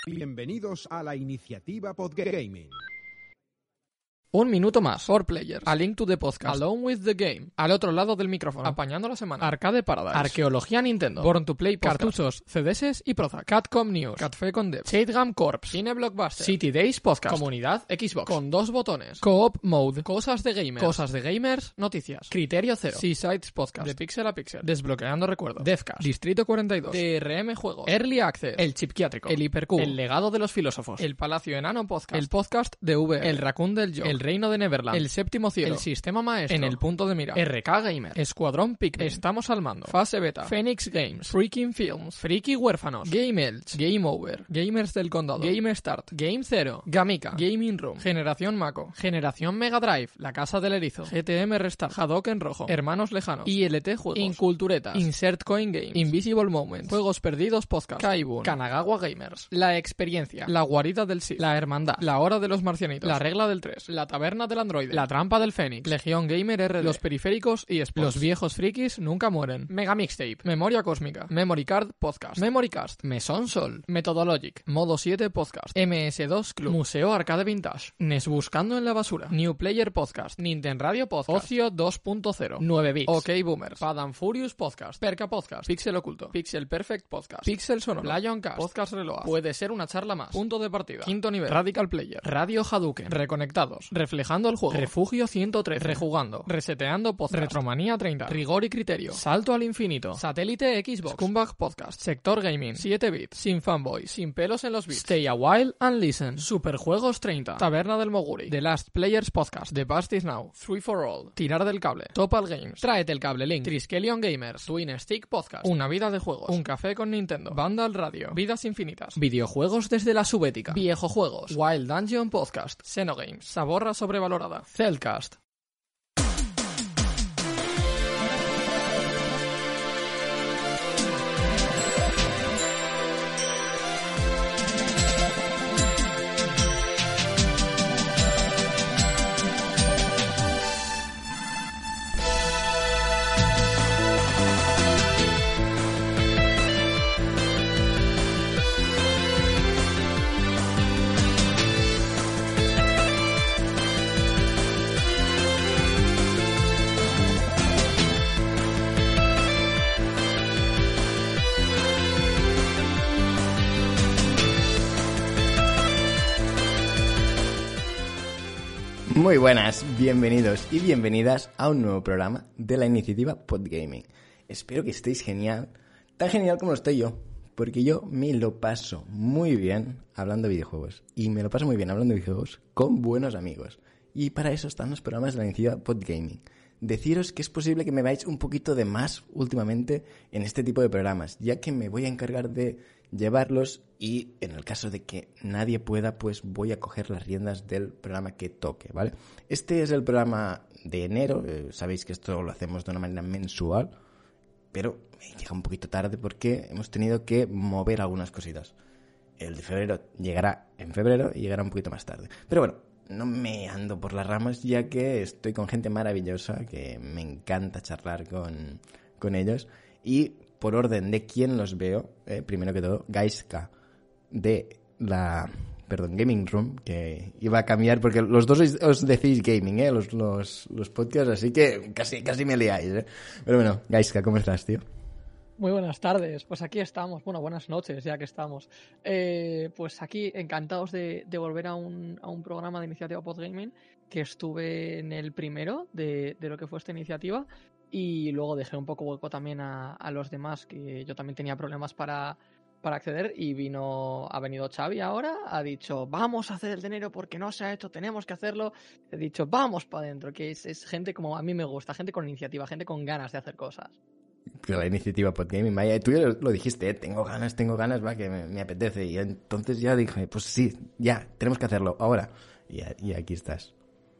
Bienvenidos a la iniciativa Podgaming. Un minuto más. 4Players. A Link to the Podcast. Alone with the Game. Al otro lado del micrófono. Apañando la semana. Arcade Paradise. Arqueología Nintendo. Born to Play Podcast. Cartuchos, CDS y Prozac. Catcom News. Catfe con Dev. Shadegam Corps. Cine Blockbuster. City Days Podcast. Comunidad Xbox. Con 2 botones. Co-op Mode. Cosas de gamers. Cosas de gamers. Noticias. Criterio Cero. Seasides Podcast. De Pixel a Pixel. Desbloqueando recuerdos. Devcast. Distrito 42. DRM Juegos. Early Access. El Chipquiátrico. El Hipercube. El Legado de los Filósofos. El Palacio Enano Podcast. El Podcast de VR. El Raccoon del Joe. El Reino de Neverland. El Séptimo Cielo. El Sistema Maestro. En el Punto de Mira. RK Gamer. Escuadrón Pikmin. Estamos al mando. Fase Beta. Phoenix Games. Freaking Films. Freaky Huérfanos. Game Elch. Game Over. Gamers del Condado. Game Start. Game Zero. Gamika. Gaming Room. Generación Mako. Generación Mega Drive. La Casa del Erizo. GTM Restart. Hadouken Rojo. Hermanos Lejanos. ILT Juegos. Inculturetas. Insert Coin Games. Invisible Moments. Juegos Perdidos Podcast. Kaibun. Kanagawa Gamers. La Experiencia. La Guarida del Sith. La Hermandad. La Hora de los Marcianitos. La Regla del 3. La Taberna del Androide. La Trampa del Fénix. Legión Gamer RD. Los Periféricos y Sports. Los Viejos Frikis Nunca Mueren. Mega Mixtape. Memoria Cósmica. Memory Card Podcast. Memory Cast. Mesón Sol. Methodologic. Modo 7 Podcast. MS2 Club. Museo Arcade Vintage. NES Buscando en la Basura. New Player Podcast. Nintendo Radio Podcast. Ocio 2.0. 9 bits. OK Boomers. Fad and Furious Podcast. Perca Podcast. Pixel Oculto. Pixel Perfect Podcast. Pixel Sonoro. Lioncast. Podcast Reload. Puede ser una charla más. Punto de partida. Quinto nivel. Radical Player. Radio Hadouken. Reconectados. Reflejando el juego. Refugio 113. Rejugando. Reseteando Podcast. Retromanía 30. Rigor y Criterio. Salto al Infinito. Satélite Xbox. Scumbag Podcast. Sector Gaming. 7 bits. Sin fanboy. Sin pelos en los bits. Stay a while and listen. Superjuegos 30. Taberna del Moguri. The Last Players Podcast. The Past is Now. Free for All. Tirar del cable. Topal Games. Tráete el cable Link. Triskelion Gamers. Twin Stick Podcast. Una vida de juegos. Un café con Nintendo. Vandal Radio. Vidas infinitas. Videojuegos desde la subética. Viejo Juegos. Wild Dungeon Podcast. Xenogames. Saborra sobrevalorada. Cellcast. Muy buenas, bienvenidos y bienvenidas a un nuevo programa de la iniciativa Podgaming. Espero que estéis genial, tan genial como lo estoy yo, porque yo me lo paso muy bien hablando de videojuegos. Y me lo paso muy bien hablando de videojuegos con buenos amigos. Y para eso están los programas de la iniciativa Podgaming. Deciros que es posible que me veáis un poquito de más últimamente en este tipo de programas, ya que me voy a encargar de llevarlos y en el caso de que nadie pueda, pues voy a coger las riendas del programa que toque, ¿vale? Este es el programa de enero, sabéis que esto lo hacemos de una manera mensual, pero llega un poquito tarde porque hemos tenido que mover algunas cositas. El de febrero llegará en febrero y llegará un poquito más tarde. Pero bueno, no me ando por las ramas ya que estoy con gente maravillosa que me encanta charlar con ellos. Y por orden de quién los veo, primero que todo, Gaiska de la Gaming Room, que iba a cambiar porque los dos os decís gaming, los podcasts, así que casi me liáis, Pero bueno, Gaiska, ¿cómo estás, tío? Muy buenas tardes, pues aquí estamos, bueno, buenas noches ya que estamos. Pues aquí encantados de volver a un programa de iniciativa Podgaming, que estuve en el primero de lo que fue esta iniciativa y luego dejé un poco hueco también a los demás, que yo también tenía problemas para acceder y ha venido Xavi ahora, ha dicho vamos a hacer el de enero porque no se ha hecho, tenemos que hacerlo. He dicho vamos para adentro, que es gente como a mí me gusta, gente con iniciativa, gente con ganas de hacer cosas. La iniciativa Podgaming, vaya, tú ya lo dijiste, tengo ganas, va, que me apetece. Y entonces ya dije, pues sí, ya, tenemos que hacerlo, ahora. Y aquí estás.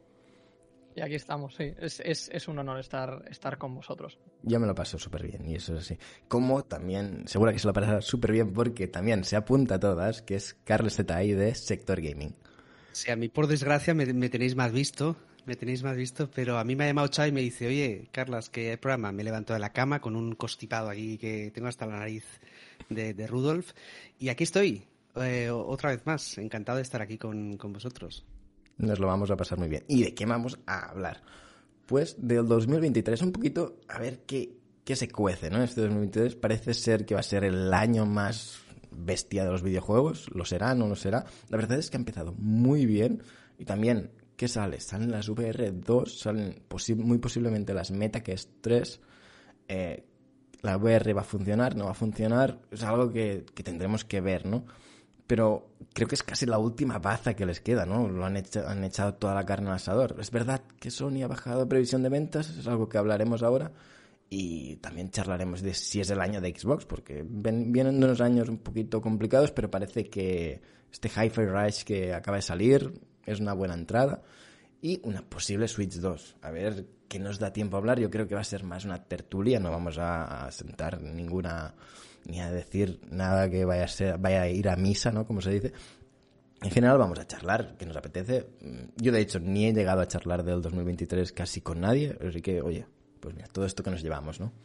Y aquí estamos, sí. Es un honor estar con vosotros. Yo me lo paso súper bien, y eso es así. Como también, seguro que se lo pasará súper bien, porque también se apunta a todas, que es Carles ZI de Sector Gaming. Sí, a mí por desgracia me tenéis más visto, pero a mí me ha llamado Xavi y me dice, oye, Carlas, que hay programa. Me levanto de la cama con un constipado aquí que tengo hasta la nariz de Rudolf, y aquí estoy. otra vez más. Encantado de estar aquí con vosotros. Nos lo vamos a pasar muy bien. ¿Y de qué vamos a hablar? Pues del 2023, un poquito a ver qué se cuece, ¿no? Este 2023 parece ser que va a ser el año más bestia de los videojuegos. ¿Lo será? ¿No lo será? La verdad es que ha empezado muy bien. Y también, ¿qué sale? Salen las VR2, salen muy posiblemente las MetaQuest 3. La VR va a funcionar, no va a funcionar. Es algo que tendremos que ver, ¿no? Pero creo que es casi la última baza que les queda, ¿no? Han echado toda la carne al asador. Es verdad que Sony ha bajado previsión de ventas, es algo que hablaremos ahora. Y también charlaremos de si es el año de Xbox, porque vienen unos años un poquito complicados, pero parece que este Hi-Fi Rush que acaba de salir es una buena entrada. Y una posible Switch 2. A ver qué nos da tiempo a hablar. Yo creo que va a ser más una tertulia, no vamos a sentar ni a decir nada que vaya a ir a misa, ¿no? Como se dice. En general vamos a charlar, que nos apetece. Yo, de hecho, ni he llegado a charlar del 2023 casi con nadie, así que, oye, pues mira, todo esto que nos llevamos, ¿no?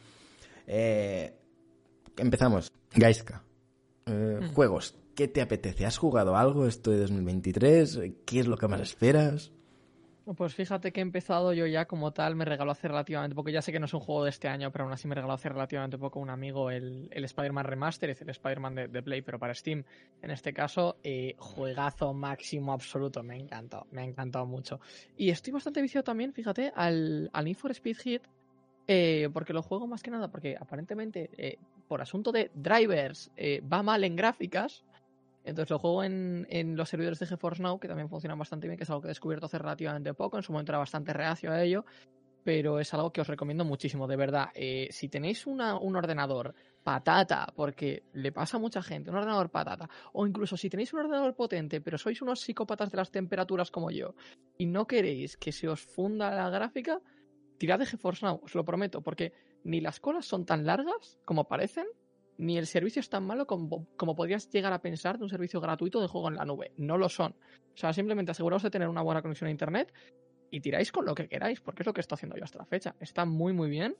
Empezamos. Gaiska. Juegos. ¿Qué te apetece? ¿Has jugado algo esto de 2023? ¿Qué es lo que más esperas? Pues fíjate que he empezado yo ya como tal, me regaló hace relativamente poco, ya sé que no es un juego de este año, pero aún así me regaló hace relativamente poco un amigo el Spider-Man Remaster, es el Spider-Man de Play, pero para Steam. En este caso, juegazo máximo absoluto, me ha encantado mucho. Y estoy bastante viciado también, fíjate, al Need for Speed Heat, porque lo juego más que nada, porque aparentemente, por asunto de drivers, va mal en gráficas. Entonces lo juego en los servidores de GeForce Now, que también funcionan bastante bien, que es algo que he descubierto hace relativamente poco. En su momento era bastante reacio a ello, pero es algo que os recomiendo muchísimo, de verdad. Si tenéis un ordenador patata, porque le pasa a mucha gente, un ordenador patata, o incluso si tenéis un ordenador potente, pero sois unos psicópatas de las temperaturas como yo, y no queréis que se os funda la gráfica, tirad de GeForce Now, os lo prometo, porque ni las colas son tan largas como parecen, ni el servicio es tan malo como podrías llegar a pensar de un servicio gratuito de juego en la nube. No lo son. O sea, simplemente aseguraos de tener una buena conexión a internet y tiráis con lo que queráis, porque es lo que estoy haciendo yo hasta la fecha. Está muy, muy bien.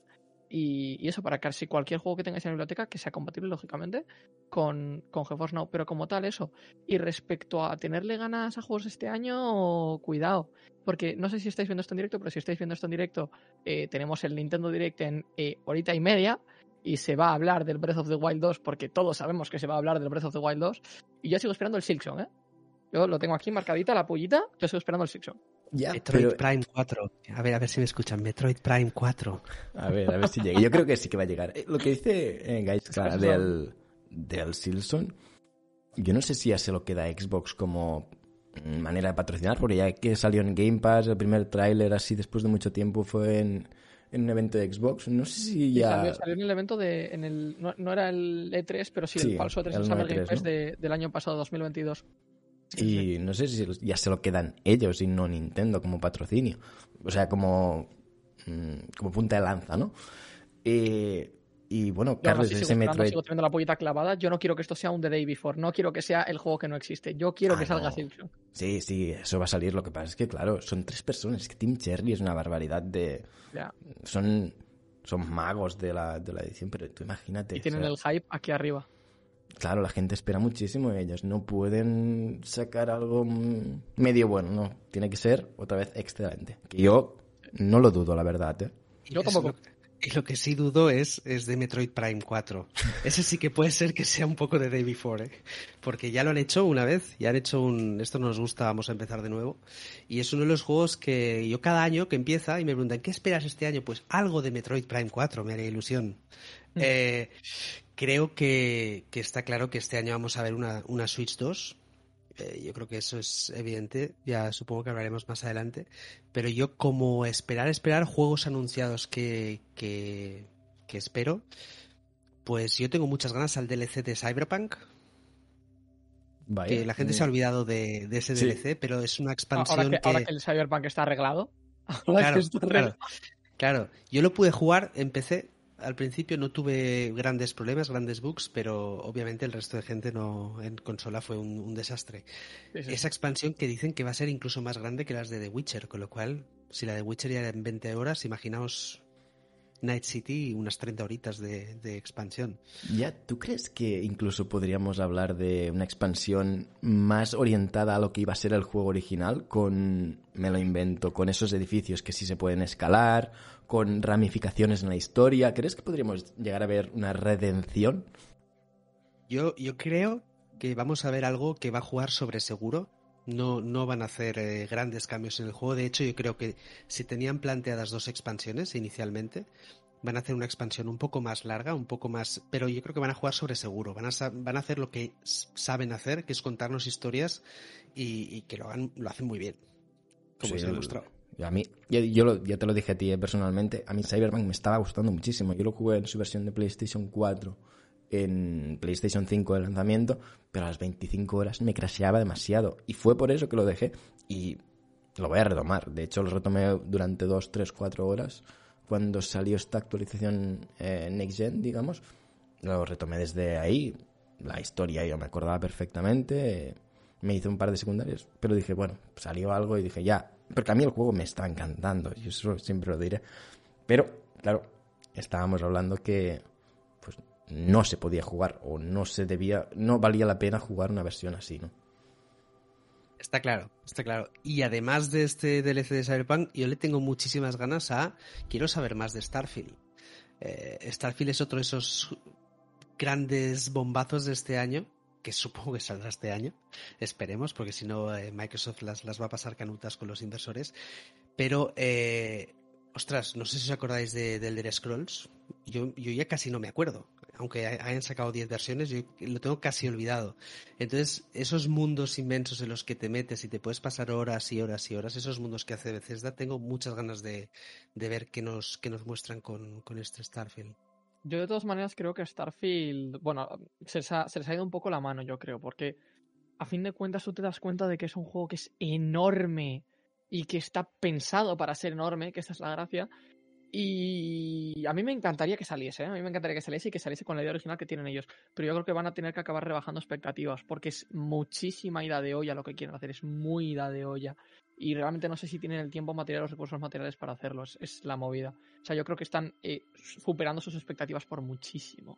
Y eso, para casi cualquier juego que tengáis en la biblioteca, que sea compatible, lógicamente, con GeForce Now. Pero como tal, eso. Y respecto a tenerle ganas a juegos este año, cuidado. Porque no sé si estáis viendo esto en directo, pero si estáis viendo esto en directo, tenemos el Nintendo Direct en horita y media. Y se va a hablar del Breath of the Wild 2, porque todos sabemos que se va a hablar del Breath of the Wild 2. Y yo sigo esperando el Silksong, ¿eh? Yo lo tengo aquí marcadita, la pullita. Yo sigo esperando el Silksong. Ya, Metroid Prime 4. A ver si me escuchan. Metroid Prime 4. A ver si llega. Yo creo que sí que va a llegar. Lo que dice Gaiska del Silksong, yo no sé si ya se lo queda Xbox como manera de patrocinar, porque ya que salió en Game Pass, el primer tráiler así después de mucho tiempo fue en un evento de Xbox. No sé si ya... Salió en el evento no era el E3, pero sí el falso E3 el Summer E3, Game Fest, ¿no? del año pasado, 2022. Y no sé si ya se lo quedan ellos y no Nintendo como patrocinio. O sea, como punta de lanza, ¿no? Y bueno, Carlos, ese Metroid... Sigo teniendo la pollita clavada. Yo no quiero que esto sea un The Day Before. No quiero que sea el juego que no existe. Yo quiero que salga Silksong. Sí, eso va a salir. Lo que pasa es que, claro, son 3 personas. Es que Team Cherry es una barbaridad de... Ya. Son magos de la edición, pero tú imagínate. Y tienen el hype aquí arriba. Claro, la gente espera muchísimo y ellos no pueden sacar algo medio bueno, no. Tiene que ser otra vez excelente. Que yo no lo dudo, la verdad, ¿eh? Yo tampoco. Y lo que sí dudo es de Metroid Prime 4. Ese sí que puede ser que sea un poco de Day Before, ¿eh? Porque ya lo han hecho una vez, ya han hecho esto nos gusta, vamos a empezar de nuevo. Y es uno de los juegos que yo cada año que empieza y me preguntan, ¿qué esperas este año? Pues algo de Metroid Prime 4, me haría ilusión. Creo que está claro que este año vamos a ver una Switch 2. Yo creo que eso es evidente, ya supongo que hablaremos más adelante, pero yo como esperar juegos anunciados que espero, pues yo tengo muchas ganas al DLC de Cyberpunk. Vaya, que la gente se ha olvidado de ese DLC, pero es una expansión ahora que el Cyberpunk está arreglado. Claro, yo lo pude jugar en PC. Al principio no tuve grandes problemas, grandes bugs, pero obviamente el resto de gente en consola fue un desastre. Sí. Esa expansión que dicen que va a ser incluso más grande que las de The Witcher, con lo cual, si la de Witcher ya era en 20 horas, imaginaos Night City y unas 30 horitas de expansión. Ya, ¿tú crees que incluso podríamos hablar de una expansión más orientada a lo que iba a ser el juego original? Me lo invento, con esos edificios que sí se pueden escalar, con ramificaciones en la historia. ¿Crees que podríamos llegar a ver una redención? Yo creo que vamos a ver algo que va a jugar sobre seguro. No van a hacer grandes cambios en el juego. De hecho, yo creo que si tenían planteadas 2 expansiones inicialmente, van a hacer una expansión un poco más larga, un poco más... Pero yo creo que van a jugar sobre seguro. Van a hacer lo que saben hacer, que es contarnos historias y que lo hacen muy bien, como se ha demostrado. A mí, yo te lo dije a ti personalmente, a mí Cyberpunk me estaba gustando muchísimo. Yo lo jugué en su versión de PlayStation 4, en PlayStation 5 de lanzamiento, pero a las 25 horas me crasheaba demasiado. Y fue por eso que lo dejé y lo voy a retomar. De hecho, lo retomé durante 2, 3, 4 horas cuando salió esta actualización Next Gen, digamos. Lo retomé desde ahí. La historia yo me acordaba perfectamente. Me hice un par de secundarios, pero dije, bueno, salió algo y dije, ya. Porque a mí el juego me está encantando, y eso siempre lo diré. Pero, claro, estábamos hablando que pues no se podía jugar o no valía la pena jugar una versión así, ¿no? Está claro. Y además de este DLC de Cyberpunk, yo le tengo muchísimas ganas quiero saber más de Starfield. Starfield es otro de esos grandes bombazos de este año, que supongo que saldrá este año, esperemos, porque si no Microsoft las va a pasar canutas con los inversores. Pero, ostras, no sé si os acordáis de Elder Scrolls. Yo ya casi no me acuerdo. Aunque hayan sacado 10 versiones, yo lo tengo casi olvidado. Entonces, esos mundos inmensos en los que te metes y te puedes pasar horas y horas y horas, esos mundos que hace Bethesda, tengo muchas ganas de ver qué nos muestran con este Starfield. Yo de todas maneras creo que Starfield, bueno, se les ha ido un poco la mano, yo creo, porque a fin de cuentas tú te das cuenta de que es un juego que es enorme y que está pensado para ser enorme, que esta es la gracia. Y a mí me encantaría que saliese, y que saliese con la idea original que tienen ellos. Pero yo creo que van a tener que acabar rebajando expectativas, porque es muchísima ida de olla lo que quieren hacer, es muy ida de olla. Y realmente no sé si tienen el tiempo material o los recursos materiales para hacerlo, es la movida. O sea, yo creo que están superando sus expectativas por muchísimo.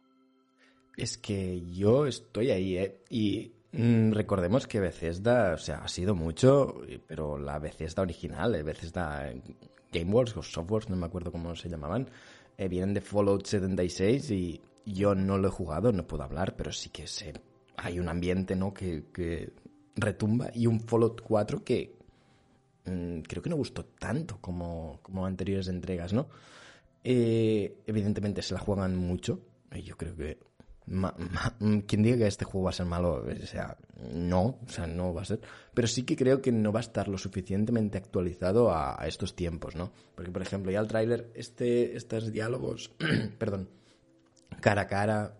Es que yo estoy ahí, y recordemos que Bethesda, o sea, ha sido mucho, pero la Bethesda original, Bethesda Gameworks o Softworks, no me acuerdo cómo se llamaban, vienen de Fallout 76 y yo no lo he jugado, no puedo hablar, pero sí que sé, hay un ambiente, ¿no?, que retumba, y un Fallout 4 que creo que no gustó tanto como anteriores entregas, ¿no? Evidentemente se la juegan mucho, y yo creo que quien diga que este juego va a ser malo, o sea, no va a ser, pero sí que creo que no va a estar lo suficientemente actualizado a estos tiempos, ¿no? Porque, por ejemplo, ya el tráiler, estos diálogos, perdón, cara a cara,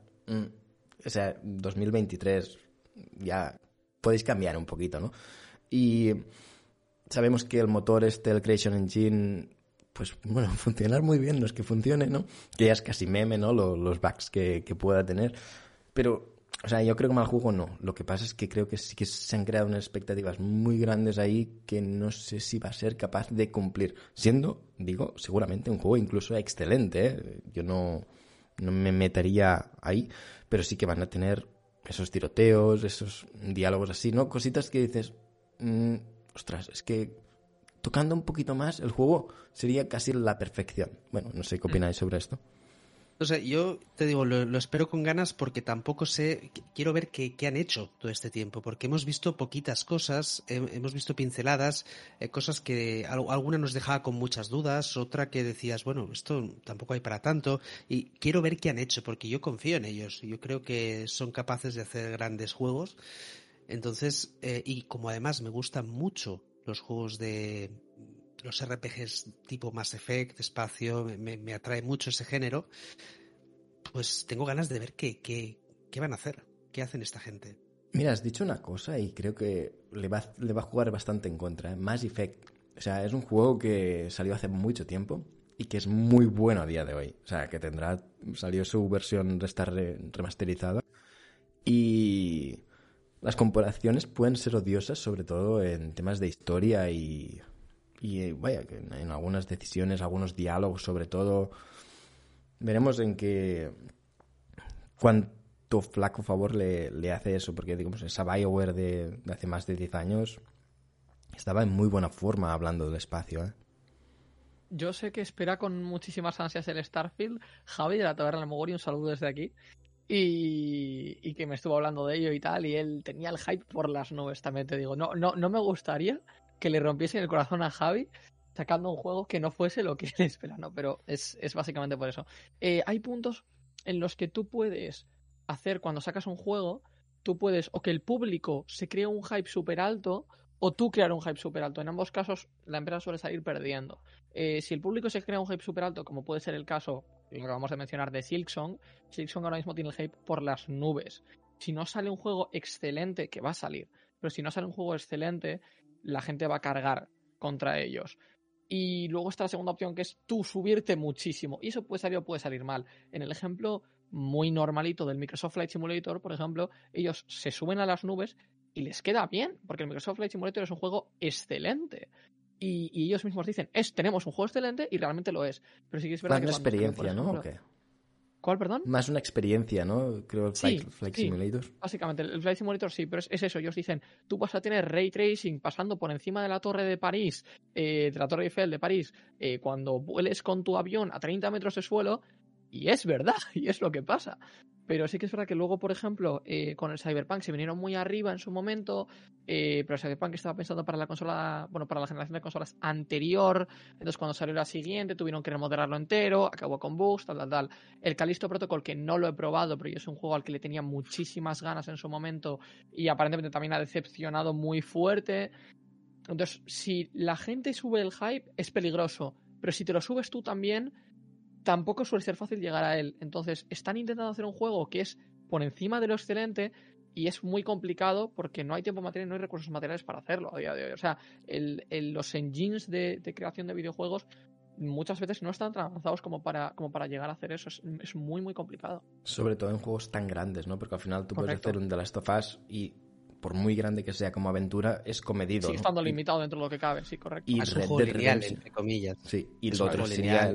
o sea, 2023, ya podéis cambiar un poquito, ¿no? Y sabemos que el motor el Creation Engine, pues bueno, funcionar muy bien, no es que funcione, ¿no? Que ya es casi meme, ¿no? Los bugs que pueda tener. Pero, o sea, yo creo que mal juego no. Lo que pasa es que creo que sí que se han creado unas expectativas muy grandes ahí que no sé si va a ser capaz de cumplir. Siendo, digo, seguramente un juego incluso excelente, ¿eh? Yo no me metería ahí, pero sí que van a tener esos tiroteos, esos diálogos así, ¿no? Cositas que dices, ostras, es que tocando un poquito más, el juego sería casi la perfección. Bueno, no sé qué opináis sobre esto. O sea, yo te digo, lo espero con ganas porque tampoco sé, quiero ver qué han hecho todo este tiempo, porque hemos visto poquitas cosas, hemos visto pinceladas, cosas que alguna nos dejaba con muchas dudas, otra que decías, bueno, esto tampoco hay para tanto, y quiero ver qué han hecho, porque yo confío en ellos, yo creo que son capaces de hacer grandes juegos. Entonces, y como además me gustan mucho los juegos de los RPGs tipo Mass Effect, espacio, me atrae mucho ese género, pues tengo ganas de ver qué van a hacer, qué hacen esta gente. Mira, has dicho una cosa y creo que le va a jugar bastante en contra, ¿eh? Mass Effect, o sea, es un juego que salió hace mucho tiempo y que es muy bueno a día de hoy. O sea, que salió su versión remasterizada y las comparaciones pueden ser odiosas, sobre todo en temas de historia y vaya, que en algunas decisiones, algunos diálogos sobre todo, Veremos en qué... cuánto flaco favor le hace eso, porque digamos, esa BioWare de hace más de 10 años estaba en muy buena forma hablando del espacio, ¿eh? Yo sé que espera con muchísimas ansias el Starfield. Javi de la Taberna del Mogori, un saludo desde aquí. Y que me estuvo hablando de ello y tal, y él tenía el hype por las nubes, también te digo. No me gustaría que le rompiesen el corazón a Javi sacando un juego que no fuese lo que él espera, ¿no? Pero es básicamente por eso. Hay puntos en los que tú puedes hacer, cuando sacas un juego, tú puedes o que el público se cree un hype súper alto, o tú crear un hype súper alto. En ambos casos, la empresa suele salir perdiendo. Si el público se crea un hype súper alto, como puede ser el caso, lo que acabamos de mencionar, de Silksong ahora mismo tiene el hype por las nubes. Si no sale un juego excelente, que va a salir, pero si no sale un juego excelente, la gente va a cargar contra ellos. Y luego está la segunda opción, que es tú subirte muchísimo. Y eso puede salir o puede salir mal. En el ejemplo muy normalito del Microsoft Flight Simulator, por ejemplo, ellos se suben a las nubes y les queda bien, porque el Microsoft Flight Simulator es un juego excelente. Y ellos mismos dicen, tenemos un juego excelente, y realmente lo es. Pero sí que es verdad que una experiencia, ¿no? ¿O qué? ¿Cuál, perdón? Más una experiencia, ¿no? Creo Sí, Flight Simulator. Básicamente, el Flight Simulator sí, pero es eso. Ellos dicen, tú vas a tener ray tracing pasando por encima de la Torre de París, de la Torre Eiffel de París, cuando vueles con tu avión a 30 metros de suelo, y es verdad, y es lo que pasa. Pero sí que es verdad que luego, por ejemplo, con el Cyberpunk se vinieron muy arriba en su momento, pero el Cyberpunk estaba pensando para la consola, bueno, para la generación de consolas anterior, entonces cuando salió la siguiente tuvieron que remodelarlo entero, acabó con bugs, tal. El Callisto Protocol, que no lo he probado, pero yo es un juego al que le tenía muchísimas ganas en su momento y aparentemente también ha decepcionado muy fuerte. Entonces, si la gente sube el hype, es peligroso, pero si te lo subes tú también, tampoco suele ser fácil llegar a él. Entonces, están intentando hacer un juego que es por encima de lo excelente y es muy complicado porque no hay tiempo material, no hay recursos materiales para hacerlo a día de hoy. O sea, los engines de creación de videojuegos muchas veces no están tan avanzados como para llegar a hacer eso. Es muy, muy complicado. Sobre todo en juegos tan grandes, ¿no? Porque al final tú puedes hacer un The Last of Us y por muy grande que sea como aventura, es comedido, sí, ¿no? estando limitado dentro de lo que cabe, sí, correcto. Y es Red un juego Dead lineal, Redemption, entre comillas. Sí, y es lo otro sería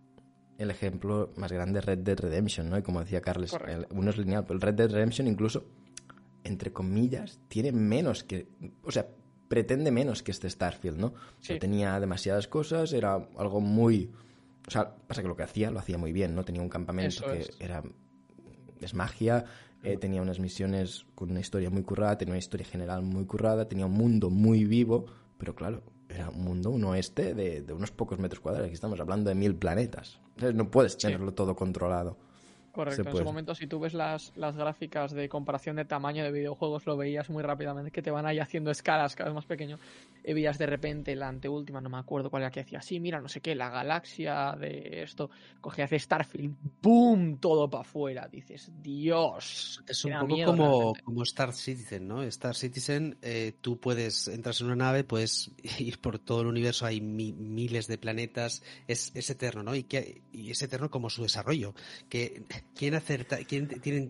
el ejemplo más grande, Red Dead Redemption, ¿no? Y como decía Carles, uno es lineal, pero el Red Dead Redemption incluso, entre comillas, tiene menos que... O sea, pretende menos que este Starfield, ¿no? Sí. No tenía demasiadas cosas, era algo muy... O sea, pasa que lo hacía muy bien, ¿no? Tenía un campamento es magia, tenía unas misiones con una historia muy currada, tenía una historia general muy currada, tenía un mundo muy vivo, pero claro, era un mundo, un oeste de unos pocos metros cuadrados. Aquí estamos hablando de 1000 planetas. Entonces no puedes tenerlo todo controlado. Correcto, en su momento si tú ves las gráficas de comparación de tamaño de videojuegos, lo veías muy rápidamente, que te van ahí haciendo escalas cada vez más pequeño, y veías de repente la anteúltima, no me acuerdo cuál era, que decía, sí, mira, no sé qué, la galaxia de esto, cogías de Starfield, ¡boom!, todo para afuera, dices, Dios. Es un poco como Star Citizen, ¿no? Star Citizen, tú entras en una nave, puedes ir por todo el universo, hay miles de planetas, es eterno, ¿no? Y es eterno como su desarrollo, que tienen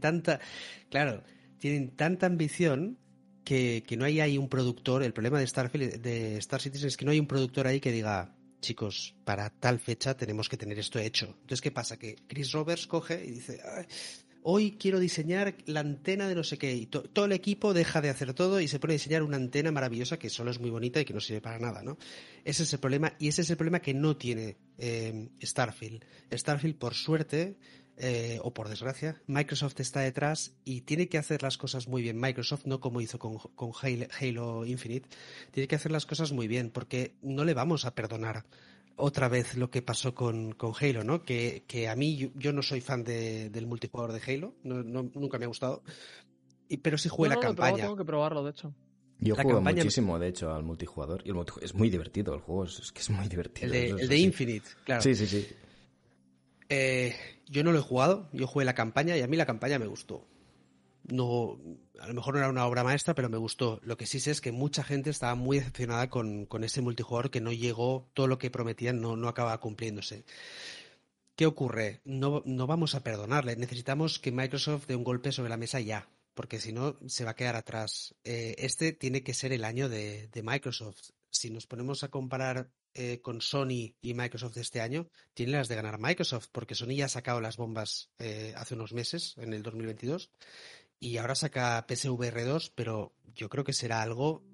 tanta ambición que no hay ahí un productor. El problema de Star Citizen es que no hay un productor ahí que diga, chicos, para tal fecha tenemos que tener esto hecho. Entonces, ¿qué pasa? Que Chris Roberts coge y dice, hoy quiero diseñar la antena de no sé qué, y todo el equipo deja de hacer todo y se pone a diseñar una antena maravillosa que solo es muy bonita y que no sirve para nada, ¿no? Ese es el problema, y ese es el problema que no tiene Starfield. Starfield, por suerte, o por desgracia, Microsoft está detrás y tiene que hacer las cosas muy bien. Microsoft, no como hizo con Halo Infinite, tiene que hacer las cosas muy bien, porque no le vamos a perdonar otra vez lo que pasó con Halo, ¿no? Que a mí, yo no soy fan del multijugador de Halo, nunca me ha gustado, pero sí jugué la campaña. Tengo que probarlo, de hecho. Yo juego muchísimo, de hecho, al multijugador, y es muy divertido el juego, es que es muy divertido. El de Infinite, claro. Sí. Yo no lo he jugado, yo jugué la campaña y a mí la campaña me gustó. No, a lo mejor no era una obra maestra, pero me gustó. Lo que sí sé es que mucha gente estaba muy decepcionada con ese multijugador, que no llegó, todo lo que prometían no acaba cumpliéndose. ¿Qué ocurre? No vamos a perdonarle. Necesitamos que Microsoft dé un golpe sobre la mesa ya, porque si no se va a quedar atrás. Este tiene que ser el año de Microsoft. Si nos ponemos a comparar con Sony y Microsoft este año, tiene las de ganar Microsoft, porque Sony ya ha sacado las bombas hace unos meses, en el 2022, y ahora saca PSVR 2, pero yo creo que será algo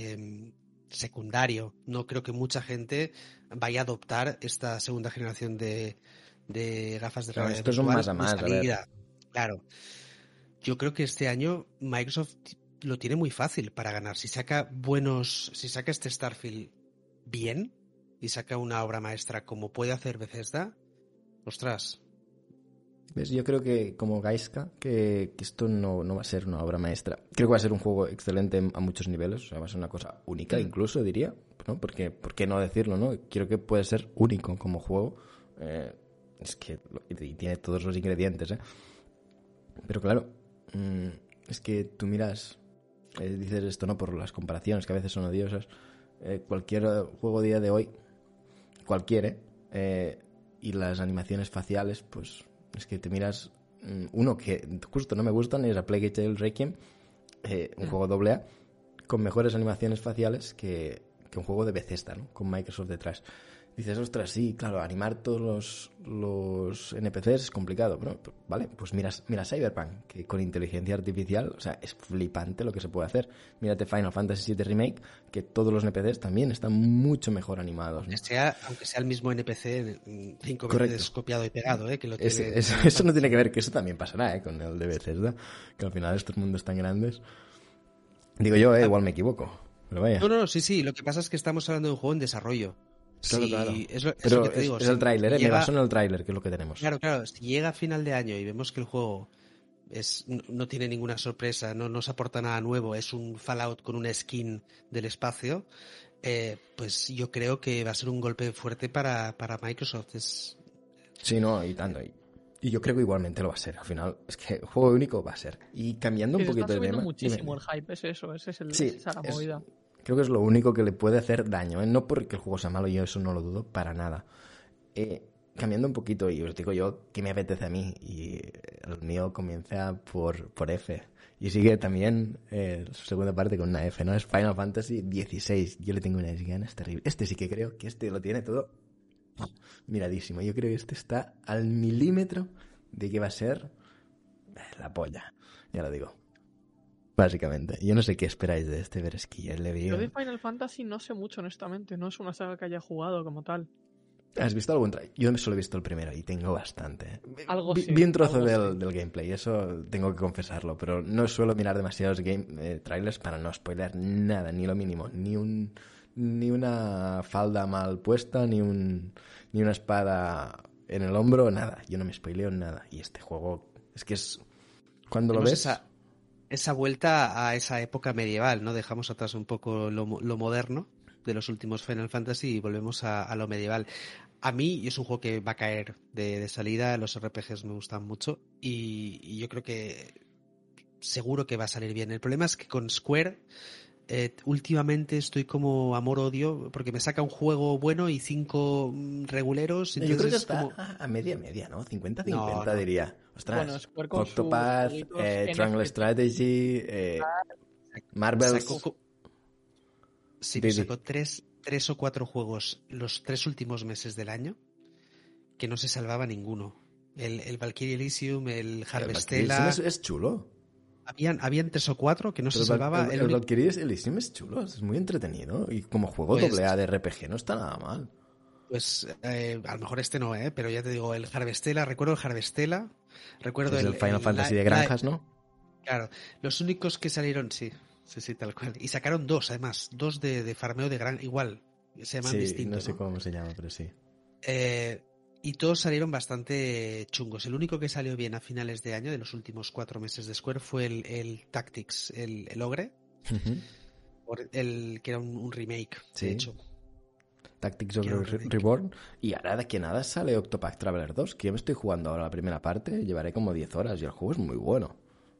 secundario. No creo que mucha gente vaya a adoptar esta segunda generación de gafas de realidad Esto es un virtual más a más, de salida. Claro. Yo creo que este año Microsoft lo tiene muy fácil para ganar. Si saca este Starfield bien y saca una obra maestra como puede hacer Bethesda, ostras. ¿Ves? Yo creo que como Gaiska, que esto no va a ser una obra maestra. Creo que va a ser un juego excelente a muchos niveles, o sea, va a ser una cosa única incluso, diría, ¿no? Porque, ¿por qué no decirlo, no? Creo que puede ser único como juego. Es que y tiene todos los ingredientes, ¿eh? Pero claro, es que tú miras, dices esto, ¿no? Por las comparaciones que a veces son odiosas. Cualquier juego día de hoy, cualquiera, y las animaciones faciales, pues es que te miras uno que justo no me gustan, es a Plague Tale Requiem, un juego AA, con mejores animaciones faciales que un juego de Bethesda, ¿no? Con Microsoft detrás. Dices, ostras, sí, claro, animar todos los NPCs es complicado, pero vale, pues mira Cyberpunk, que con inteligencia artificial, o sea, es flipante lo que se puede hacer. Mírate Final Fantasy VII Remake, que todos los NPCs también están mucho mejor animados, ¿no? Aunque sea el mismo NPC 5 veces copiado y pegado, que lo tiene... Eso no tiene que ver, que eso también pasará, con el de Bethesda, que al final estos mundos tan grandes... Digo yo, igual me equivoco, pero vaya. No, sí, lo que pasa es que estamos hablando de un juego en desarrollo. Claro. Pero lo que te digo, es el tráiler, me baso en el tráiler, que es lo que tenemos. Claro, si llega a final de año y vemos que el juego no tiene ninguna sorpresa, no nos aporta nada nuevo, es un Fallout con una skin del espacio, pues yo creo que va a ser un golpe fuerte para Microsoft. Sí, no, y tanto. Y yo creo que igualmente lo va a ser. Al final, es que el juego único va a ser. Y cambiando un poquito de tema... muchísimo el hype, esa es la movida. Creo que es lo único que le puede hacer daño, ¿eh? No porque el juego sea malo, yo eso no lo dudo para nada. Cambiando un poquito, y os digo yo que me apetece a mí, y el mío comienza por F. Y sigue también su segunda parte con una F, ¿no? Es Final Fantasy XVI. Yo le tengo unas ganas terribles. Este sí que creo que lo tiene todo miradísimo. Yo creo que este está al milímetro de que va a ser la polla. Ya lo digo. Básicamente. Yo no sé qué esperáis de este, pero es que yo le veo... Yo de Final Fantasy no sé mucho, honestamente. No es una saga que haya jugado como tal. ¿Has visto algún trailer? Yo solo he visto el primero y tengo bastante. Sí, vi un trozo del gameplay, eso tengo que confesarlo, pero no suelo mirar demasiados trailers para no spoiler nada, ni lo mínimo. Ni una falda mal puesta, ni una espada en el hombro, nada. Yo no me spoileo nada. Y este juego, es que es... Cuando lo ves... Esa vuelta a esa época medieval, ¿no? Dejamos atrás un poco lo moderno de los últimos Final Fantasy y volvemos a lo medieval. A mí es un juego que va a caer de salida, los RPGs me gustan mucho y yo creo que seguro que va a salir bien. El problema es que con Square últimamente estoy como amor-odio porque me saca un juego bueno y 5 reguleros. Yo creo que está a media, ¿no? 50-50 no. Diría. Ostras, bueno, Octopath, Triangle Strategy, Marvel. Sacó 3 o 4 juegos los 3 últimos meses del año que no se salvaba ninguno. El Valkyrie Elysium, el Harvestella. Es chulo. Habían 3 o 4 que no se salvaba. El Valkyrie Elysium es chulo, es muy entretenido. Y como juego AA de RPG no está nada mal. Pues a lo mejor este no, pero ya te digo, el Harvestella, recuerdo el Harvestella. Recuerdo el Final Fantasy de granjas, ¿no? Claro, los únicos que salieron, sí, tal cual. Y sacaron 2, además, 2 de farmeo de gran, igual, se llaman distintos. No sé cómo se llama, pero sí. Y todos salieron bastante chungos. El único que salió bien a finales de año, de los últimos 4 meses de Square, fue el Tactics, el Ogre, que era un remake, de hecho. Tactics Ogre Reborn. Y ahora de aquí a nada sale Octopath Traveler 2, que yo me estoy jugando ahora la primera parte, llevaré como 10 horas y el juego es muy bueno.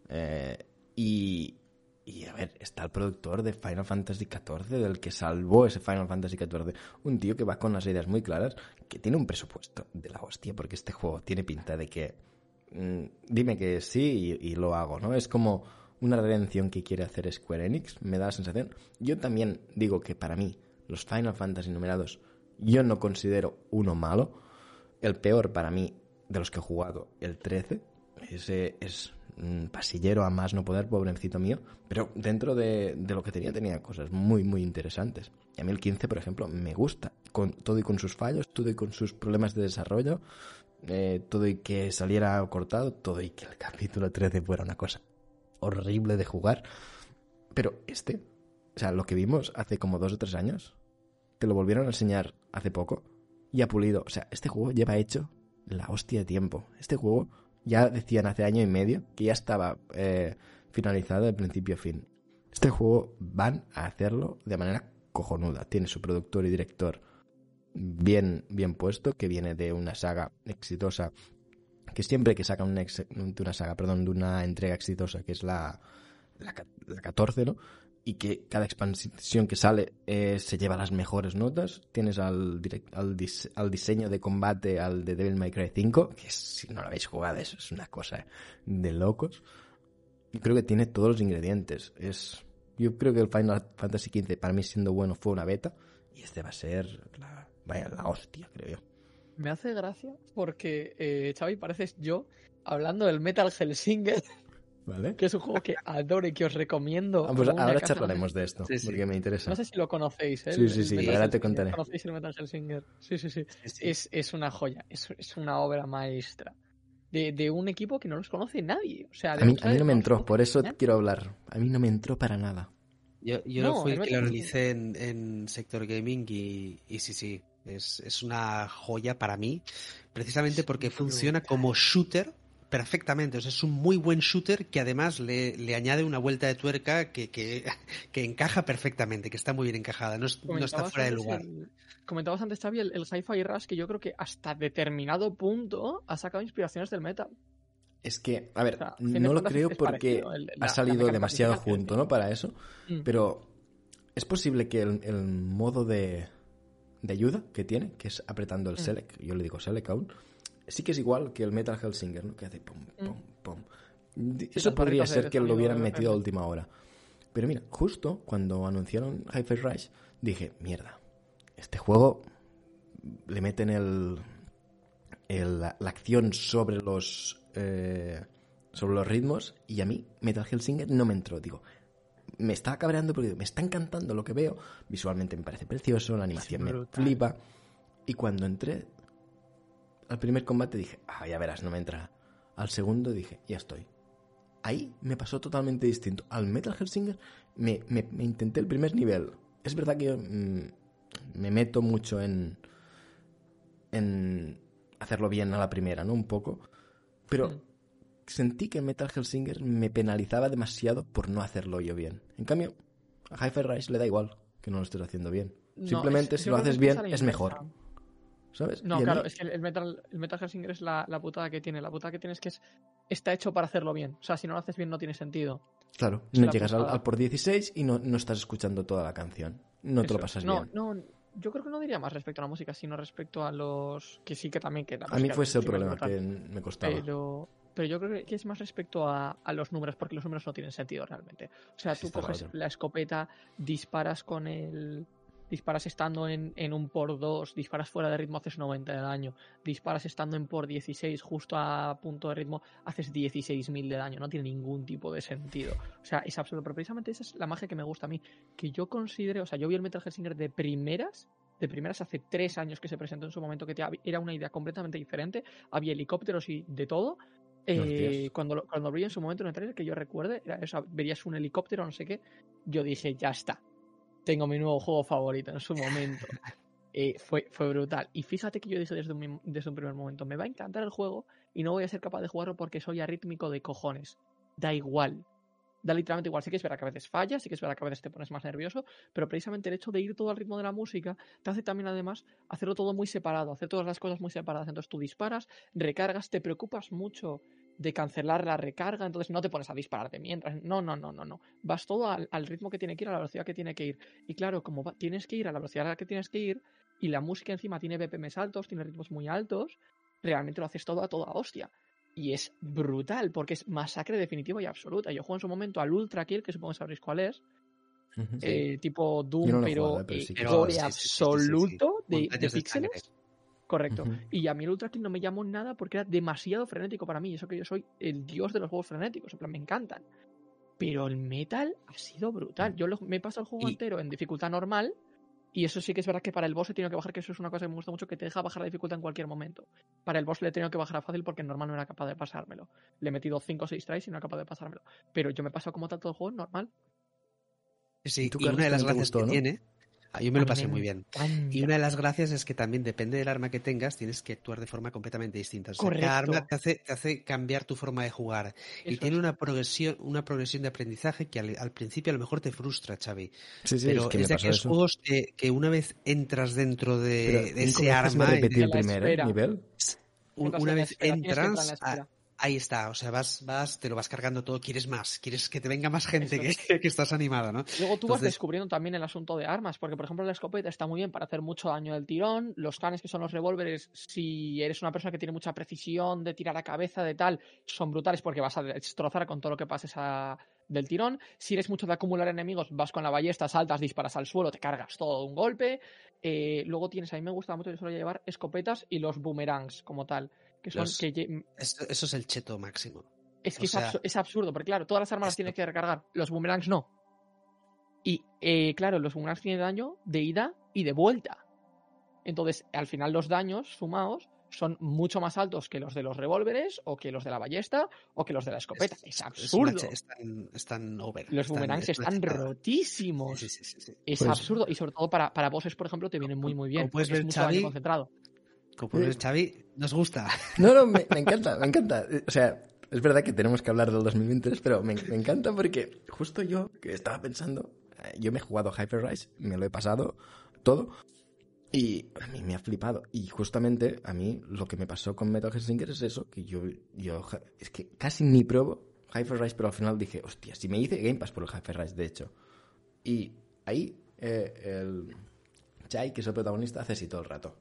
Y a ver, está el productor de Final Fantasy XIV, del que salvó ese Final Fantasy XIV, un tío que va con unas ideas muy claras, que tiene un presupuesto de la hostia, porque este juego tiene pinta de que dime que sí y lo hago, ¿no? Es como una redención que quiere hacer Square Enix, me da la sensación. Yo también digo que para mí los Final Fantasy numerados Yo no considero uno malo. El peor para mí de los que he jugado, el 13. Ese es un pasillero a más no poder, pobrecito mío. Pero dentro de lo que tenía cosas muy, muy interesantes. Y a mí el 15, por ejemplo, me gusta. Con todo y con sus fallos, todo y con sus problemas de desarrollo, todo y que saliera cortado, todo y que el capítulo 13 fuera una cosa horrible de jugar. Pero o sea, lo que vimos hace como 2 o 3 años, te lo volvieron a enseñar hace poco y ha pulido. O sea, este juego lleva hecho la hostia de tiempo. Este juego ya decían hace año y medio que ya estaba finalizado de principio a fin. Este juego van a hacerlo de manera cojonuda. Tiene su productor y director bien puesto, que viene de una saga exitosa, que siempre que sacan de una entrega exitosa, que es la 14, ¿no? Y que cada expansión que sale se lleva las mejores notas. Tienes al diseño de combate, al de Devil May Cry 5, que si no lo habéis jugado, eso es una cosa de locos. Yo creo que tiene todos los ingredientes. Yo creo que el Final Fantasy XV, para mí siendo bueno, fue una beta, y este va a ser la hostia, creo yo. Me hace gracia porque, Xavi, pareces yo hablando del Metal Hellsinger. ¿Vale? Que es un juego que adoro y que os recomiendo. Pues ahora charlaremos de esto, porque me interesa. No sé si lo conocéis, ¿eh? Sí, ahora te contaré. ¿Conocéis el Metal Hellsinger? Sí. Es una joya, es una obra maestra. De un equipo que no los conoce nadie. O sea, a mí no me entró, por eso quiero hablar. A mí no me entró para nada. Yo no fui el que lo realicé en Sector Gaming y sí, es una joya para mí, precisamente porque funciona como shooter perfectamente. O sea, es un muy buen shooter que además le añade una vuelta de tuerca que encaja perfectamente, que está muy bien encajada, no está fuera de lugar. Comentabas antes, Xavi, el Hi-Fi Rush, que yo creo que hasta determinado punto ha sacado inspiraciones del metal. Es que, a ver, no lo creo porque ha salido demasiado junto, ¿no? Para eso. Pero es posible que el modo de ayuda que tiene, que es apretando el select, yo le digo select aún, sí que es igual que el Metal Hellsinger, ¿no? Que hace pum, pum, pum. Eso podría ser que lo hubieran metido a última hora. Pero mira, justo cuando anunciaron Hi-Fi Rush, dije, mierda, este juego le meten la acción sobre los ritmos, y a mí Metal Hellsinger no me entró. Digo, me está cabreando porque me está encantando lo que veo, visualmente me parece precioso, la animación me flipa, y cuando entré al primer combate dije, ya verás, no me entra. Al segundo dije, ya estoy. Ahí me pasó totalmente distinto. Al Metal Hellsinger me intenté el primer nivel. Es verdad que yo me meto mucho en hacerlo bien a la primera, ¿no? Un poco. Pero sentí que Metal Hellsinger me penalizaba demasiado por no hacerlo yo bien. En cambio, a Hi-Fi Rush le da igual que no lo estés haciendo bien. Simplemente si lo haces bien es mejor. ¿Sabes? No, claro, es que el Metal Hellsinger es la putada que tiene. La putada que tiene es que está hecho para hacerlo bien. O sea, si no lo haces bien no tiene sentido. Claro, no llegas al por 16 y no estás escuchando toda la canción. No te lo pasas bien. No, yo creo que no diría más respecto a la música, sino respecto a los... Que sí que también... Que a mí fue ese el problema, que me costaba. Pero yo creo que es más respecto a los números, porque los números no tienen sentido realmente. O sea, tú coges la escopeta, disparas con el... Disparas estando en un por 2, disparas fuera de ritmo, haces 90 de daño. Disparas estando en por 16, justo a punto de ritmo, haces 16.000 de daño. No tiene ningún tipo de sentido. O sea, es absurdo. Pero precisamente esa es la magia que me gusta a mí. Que yo considero... O sea, yo vi el Metal Hellsinger de primeras hace 3 años que se presentó en su momento, que era una idea completamente diferente. Había helicópteros y de todo. Cuando lo vi en su momento en el trailer, que yo recuerde, verías un helicóptero, no sé qué. Yo dije, ya está. Tengo mi nuevo juego favorito en su momento. Fue brutal. Y fíjate que yo dije desde un primer momento, me va a encantar el juego y no voy a ser capaz de jugarlo porque soy arrítmico de cojones. Da igual. Da literalmente igual. Sí que es verdad que a veces fallas, sí que es verdad que a veces te pones más nervioso, pero precisamente el hecho de ir todo al ritmo de la música te hace también además hacerlo todo muy separado, hacer todas las cosas muy separadas. Entonces tú disparas, recargas, te preocupas mucho de cancelar la recarga, entonces no te pones a dispararte mientras. No. Vas todo al ritmo que tiene que ir, a la velocidad que tiene que ir. Y claro, como tienes que ir a la velocidad a la que tienes que ir, y la música encima tiene BPMs altos, tiene ritmos muy altos, realmente lo haces todo a toda hostia. Y es brutal, porque es masacre definitiva y absoluta. Yo juego en su momento al Ultra Kill, que supongo que sabréis cuál es. tipo Doom, Yo no lo he pero jugado, pero sí que gore sí, absoluto de Montañas de píxeles. sangre. Correcto. Ujú. Y a mí el Ultra King no me llamó nada porque era demasiado frenético para mí. Eso que yo soy el dios de los juegos frenéticos. En plan, me encantan. Pero el Metal ha sido brutal. Yo me he pasado el juego Y- entero en dificultad normal. Y eso sí que es verdad que para el boss he tenido que bajar, que eso es una cosa que me gusta mucho, que te deja bajar la dificultad en cualquier momento. Para el boss le he tenido que bajar a fácil porque en normal no era capaz de pasármelo. Le he metido 5 o 6 tries y no era capaz de pasármelo. Pero yo me he pasado como tal todo el juego en normal. Sí, tú, y una de Carlos, las también te gracias gustó, que ¿no? tiene, yo me lo A mí pasé me muy bien. encanta. Y una de las gracias es que también depende del arma que tengas, tienes que actuar de forma completamente distinta. O sea, cada Correcto. arma te hace cambiar tu forma de jugar. Y Eso tiene es. una progresión de aprendizaje que al principio a lo mejor te frustra, Xavi. Sí, Pero es que me es de pasó aquellos eso. juegos que una vez entras dentro Pero de 5 ese veces me arma, repetí el de la primer espera. nivel. Entras una en la vez espera, tienes que entrar en la entras, espera. ahí está. O sea, te lo vas cargando todo, quieres más, quieres que te venga más gente, Eso que estás animado, ¿no? Luego tú vas Entonces, descubriendo también el asunto de armas, porque por ejemplo la escopeta está muy bien para hacer mucho daño del tirón, los canes que son los revólveres, si eres una persona que tiene mucha precisión de tirar a cabeza de tal, son brutales porque vas a destrozar con todo lo que pases del tirón. Si eres mucho de acumular enemigos, vas con la ballesta, saltas, disparas al suelo, te cargas todo de un golpe. Luego tienes, a mí me gusta mucho, yo suelo llevar escopetas y los boomerangs como tal, que son eso es el cheto máximo. es que O sea, es absurdo, porque claro, todas las armas las esto- tienes que recargar, los boomerangs no. Y claro, los boomerangs tienen daño de ida y de vuelta. Entonces, al final los daños sumados son mucho más altos que los de los revólveres o que los de la ballesta o que los de la escopeta. Es absurdo. Están over. Los boomerangs están rotísimos. Sí. Es Pues- absurdo. Y sobre todo para bosses, por ejemplo, te vienen muy muy bien. Como puedes porque es ver, mucho Xavi, daño concentrado. Como puedes ver, Xavi, nos gusta. No, me encanta, me encanta. O sea, es verdad que tenemos que hablar del 2023, pero me encanta porque justo yo que estaba pensando, yo me he jugado Hyper-Rise, me lo he pasado todo y a mí me ha flipado. Y justamente a mí lo que me pasó con Metal Hellsinger es eso, que yo es que casi ni pruebo Hyper-Rise, pero al final dije, hostia, si me hice Game Pass por el Hyper-Rise, de hecho. Y ahí el Chai, que es el protagonista, hace así todo el rato.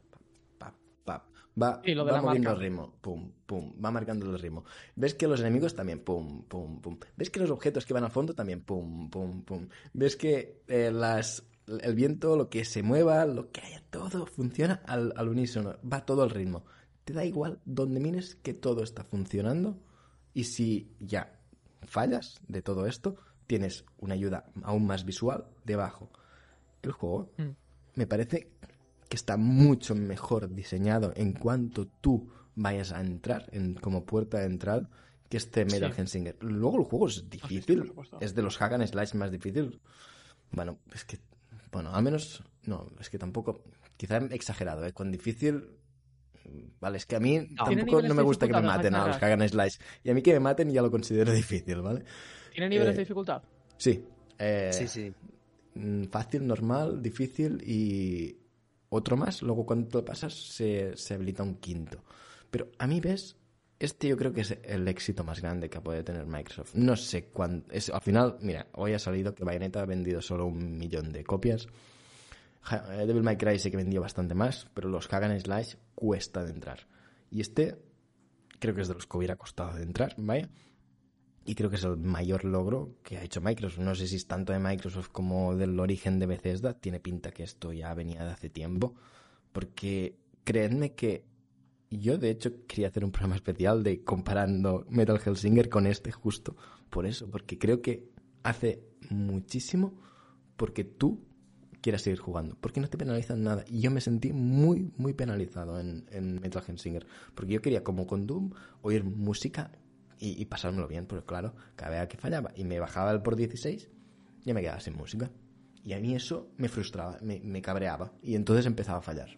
Va Sí, lo de la moviendo marca. el ritmo, pum, pum, va marcando el ritmo. Ves que los enemigos también, pum, pum, pum. Ves que los objetos que van al fondo también, pum, pum, pum. Ves que el viento, lo que se mueva, lo que haya, todo funciona al unísono, va todo al ritmo. Te da igual donde mires que todo está funcionando y si ya fallas de todo esto, tienes una ayuda aún más visual debajo. El juego me parece que está mucho mejor diseñado en cuanto tú vayas a entrar como puerta de entrada que este Metal Hellsinger. Luego el juego es difícil, por supuesto. es de los hack and slash más difícil. Bueno, es que, al menos, no, es que tampoco, quizá exagerado, con difícil, vale, es que a mí tampoco niveles no me de gusta que me dificultad, maten a los Hack hack and slash, y a mí que me maten ya lo considero difícil, ¿vale? ¿Tiene niveles de dificultad? Sí. Sí. Fácil, normal, difícil y otro más. Luego cuando te lo pasas se habilita un quinto. Pero a mí, ¿ves? Este yo creo que es el éxito más grande que puede tener Microsoft. No sé cuándo. Al final, mira, hoy ha salido que Bayonetta ha vendido solo 1 millón de copias. Devil May Cry sé que vendió bastante más, pero los Hack and Slash cuesta de entrar. Y este creo que es de los que hubiera costado de entrar, vaya. Y creo que es el mayor logro que ha hecho Microsoft. No sé si es tanto de Microsoft como del origen de Bethesda. Tiene pinta que esto ya venía de hace tiempo. Porque creedme que yo, de hecho, quería hacer un programa especial de comparando Metal Hellsinger con este justo por eso. Porque creo que hace muchísimo porque tú quieras seguir jugando. Porque no te penalizan nada. Y yo me sentí muy, muy penalizado en Metal Hellsinger. Porque yo quería, como con Doom, oír música y pasármelo bien, porque claro, cada vez que fallaba y me bajaba el por 16, ya me quedaba sin música. Y a mí eso me frustraba, me cabreaba. Y entonces empezaba a fallar.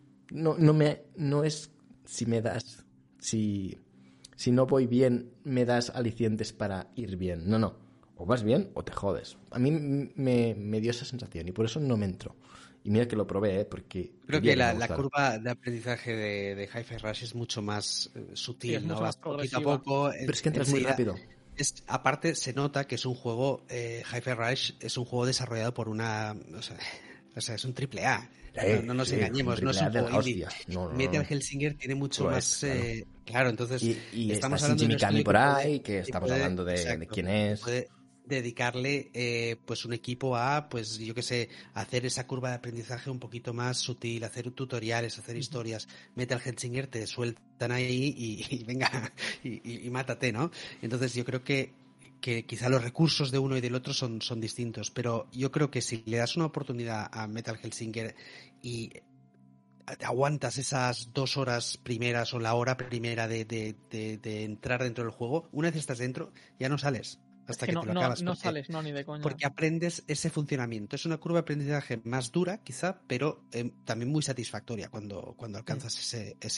No es si me das, si no voy bien, me das alicientes para ir bien. No. O vas bien o te jodes. A mí me dio esa sensación y por eso no me entró. Y mira que lo probé, porque Creo que la curva de aprendizaje de Hyper-Rush es mucho más sutil, es ¿no? mucho más Vas poquito a progresiva. poco. Pero es que entras muy rápido. Aparte, se nota que es un juego, Hyper-Rush es un juego desarrollado por una... O sea, es un triple A. No nos engañemos, no es un juego indie. Metal Hellsinger tiene mucho más... Claro, entonces... Y estamos está hablando Shinji de Mikami por ahí, que estamos hablando de quién es. dedicarle pues un equipo a, pues yo qué sé, hacer esa curva de aprendizaje un poquito más sutil, hacer tutoriales, hacer historias. Metal Hellsinger te sueltan ahí y venga, y mátate, ¿no? Entonces yo creo que quizá los recursos de uno y del otro son distintos, pero yo creo que si le das una oportunidad a Metal Hellsinger y aguantas esas 2 horas primeras o la hora primera de entrar dentro del juego, una vez estás dentro ya no sales hasta que te lo acabas. No sales, no, ni de coña. Porque aprendes ese funcionamiento. Es una curva de aprendizaje más dura quizá, pero también muy satisfactoria cuando alcanzas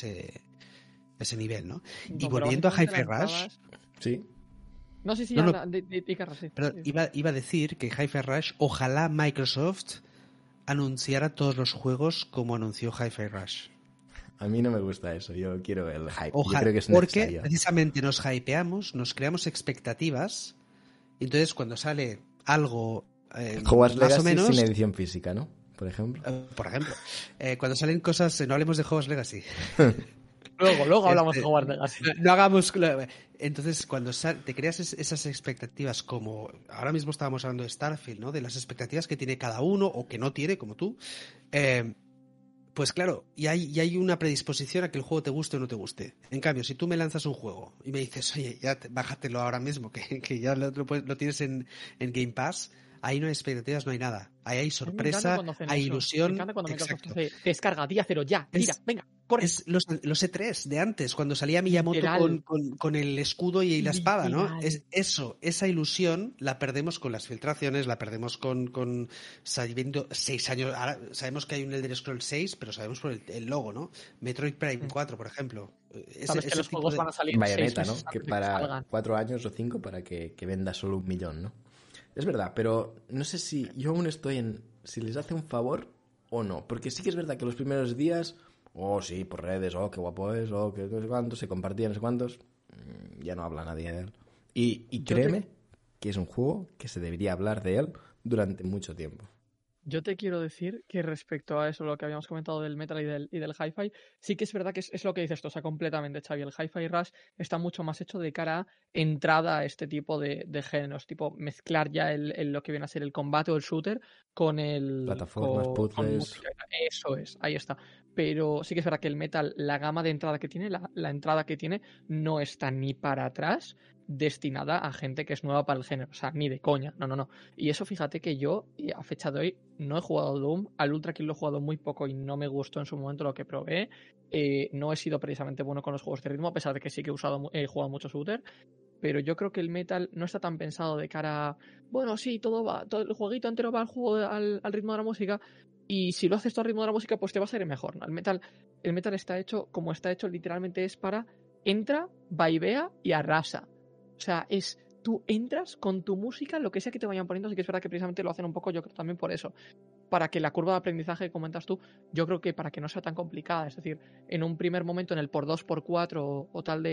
ese nivel, ¿no? Y volviendo a Hi-Fi Rush... Sí. No, sí, no, habla, sí. Pero iba a decir que Hi-Fi Rush, ojalá Microsoft anunciara todos los juegos como anunció Hi-Fi Rush. A mí no me gusta eso, yo quiero el hype. Ojalá, yo creo que es porque necesario. Precisamente nos hypeamos, nos creamos expectativas, y entonces cuando sale algo Hogwarts más Legacy o menos... sin edición física, ¿no? Por ejemplo. Cuando salen cosas... No hablemos de Hogwarts Legacy. Luego hablamos de Hogwarts Legacy. No hagamos... Entonces, cuando te creas esas expectativas, como ahora mismo estábamos hablando de Starfield, ¿no? De las expectativas que tiene cada uno o que no tiene, como tú, pues claro, y hay una predisposición a que el juego te guste o no te guste. En cambio, si tú me lanzas un juego y me dices, oye, ya bájatelo ahora mismo, que ya lo tienes en Game Pass, ahí no hay expectativas, no hay nada. Ahí hay sorpresa, hay ilusión. Me encanta cuando Microsoft hace descarga, día cero, ya, tira, venga, corre. Es los E3 de antes, cuando salía Miyamoto con el escudo y la espada, ¿no? Es eso, esa ilusión la perdemos con las filtraciones, la perdemos con saliendo 6 años. Ahora sabemos que hay un Elder Scrolls 6, pero sabemos por el logo, ¿no? Metroid Prime 4, por ejemplo. Sabes que los juegos van a salir Bayonetta, 6 meses ¿no? Que para 4 años o 5 para que venda solo 1 millón, ¿no? Es verdad, pero no sé si yo aún estoy en si les hace un favor o no. Porque sí que es verdad que los primeros días, sí, por redes, qué guapo es, que no sé cuántos, se compartían no sé cuántos, ya no habla nadie de él. Y créeme que es un juego que se debería hablar de él durante mucho tiempo. Yo te quiero decir que respecto a eso, lo que habíamos comentado del Metal y del Hi-Fi, sí que es verdad que es lo que dices tú, o sea, completamente, Xavi. El Hi-Fi Rush está mucho más hecho de cara a entrada a este tipo de géneros, tipo mezclar ya lo que viene a ser el combate o el shooter con el... Plataformas, puzzles... Eso es, ahí está. Pero sí que es verdad que el Metal, la gama de entrada que tiene, la entrada que tiene, no está ni para atrás destinada a gente que es nueva para el género, o sea, ni de coña, no. Y eso, fíjate que yo, a fecha de hoy, no he jugado Doom, al Ultra Kill lo he jugado muy poco y no me gustó en su momento lo que probé, no he sido precisamente bueno con los juegos de ritmo, a pesar de que sí que he jugado mucho shooter, pero yo creo que el Metal no está tan pensado de cara a, bueno, sí, todo el jueguito entero va al ritmo de la música, y si lo haces todo al ritmo de la música, pues te va a salir mejor, ¿no? El Metal está hecho, como está hecho, literalmente es para entra, vaivea y arrasa. O sea, tú entras con tu música, lo que sea que te vayan poniendo, así que es verdad que precisamente lo hacen un poco, yo creo, también por eso. Para que la curva de aprendizaje que comentas tú, yo creo que para que no sea tan complicada, es decir, en un primer momento en el por 2 por 4 o tal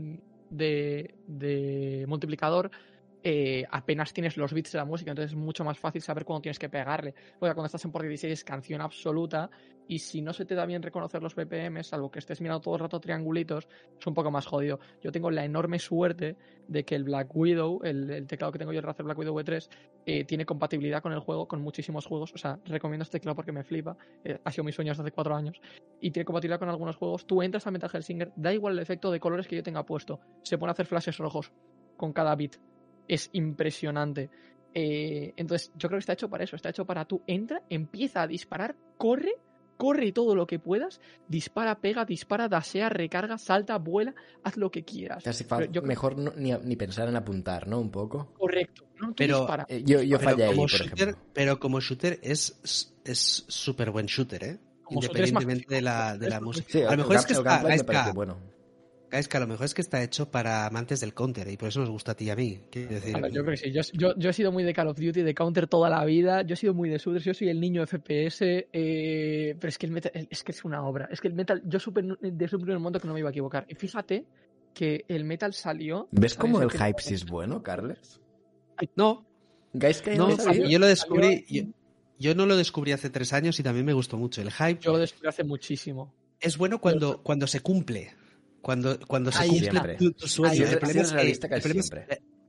de multiplicador, apenas tienes los bits de la música, entonces es mucho más fácil saber cuándo tienes que pegarle. Porque cuando estás en por 16 es canción absoluta, y si no se te da bien reconocer los BPM, salvo que estés mirando todo el rato triangulitos, es un poco más jodido. Yo tengo la enorme suerte de que el Black Widow, el teclado que tengo yo, el Razer Black Widow V3, tiene compatibilidad con el juego, con muchísimos juegos. O sea, recomiendo este teclado porque me flipa, ha sido mi sueño desde hace 4 años, y tiene compatibilidad con algunos juegos. Tú entras a Metal Hellsinger, da igual el efecto de colores que yo tenga puesto, se pone a hacer flashes rojos con cada bit. Es impresionante. Entonces yo creo que está hecho para eso, está hecho para tú entra, empieza a disparar, corre todo lo que puedas, dispara, pega, dispara, dasea, recarga, salta, vuela, haz lo que quieras. Mejor ni pensar en apuntar, ¿no? Un poco. Correcto. ¿No? Pero dispara. Yo fallé ahí, por ejemplo. Pero como shooter es súper buen shooter, ¿eh? Como independientemente de la música. Sí, a lo mejor es que está... me parece bueno. Es que a lo mejor es que está hecho para amantes del counter y por eso nos gusta a ti y a mí. Quiero decir. A ver, yo creo que sí. Yo he sido muy de Call of Duty, de counter toda la vida. Yo he sido muy de shooters. Yo soy el niño FPS. Pero es que el Metal es que es una obra. Es que el Metal, yo supe desde un primer momento que no me iba a equivocar. Y fíjate que el Metal salió. ¿Ves cómo el hype sí es bueno, Carles? No. No, yo lo descubrí. Yo no lo descubrí hace 3 años y también me gustó mucho. El hype. Yo lo descubrí hace muchísimo. Es bueno cuando se cumple. Cuando se cumple tu sueño.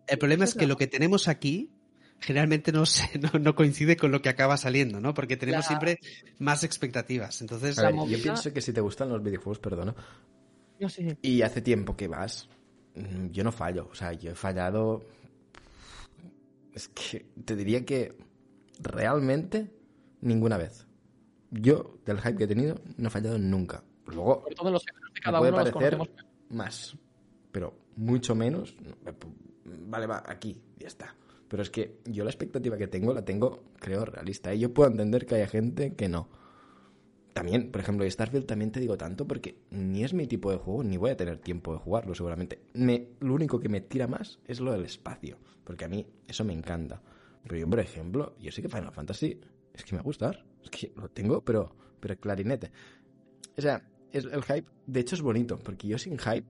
El problema es que lo que tenemos aquí generalmente no coincide con lo que acaba saliendo, ¿no? Porque tenemos siempre más expectativas. Entonces, a ver, yo pienso que si te gustan los videojuegos, perdona, Sí. y hace tiempo que vas, yo no fallo. O sea, yo he fallado... Es que te diría que realmente ninguna vez. Yo, del hype que he tenido, no he fallado nunca. Luego, Por todos los géneros de cada me puede uno los parecer conocemos. más, pero mucho menos. Vale, va, aquí, ya está. Pero es que yo la expectativa que tengo, la tengo, creo, realista. Y yo puedo entender que haya gente que no. También, por ejemplo, Starfield también te digo tanto porque ni es mi tipo de juego, ni voy a tener tiempo de jugarlo seguramente. Lo único que me tira más es lo del espacio, porque a mí eso me encanta. Pero yo, por ejemplo, yo sé que Final Fantasy es que me va a gustar. Es que lo tengo, pero clarinete. O sea, el hype, de hecho, es bonito, porque yo sin hype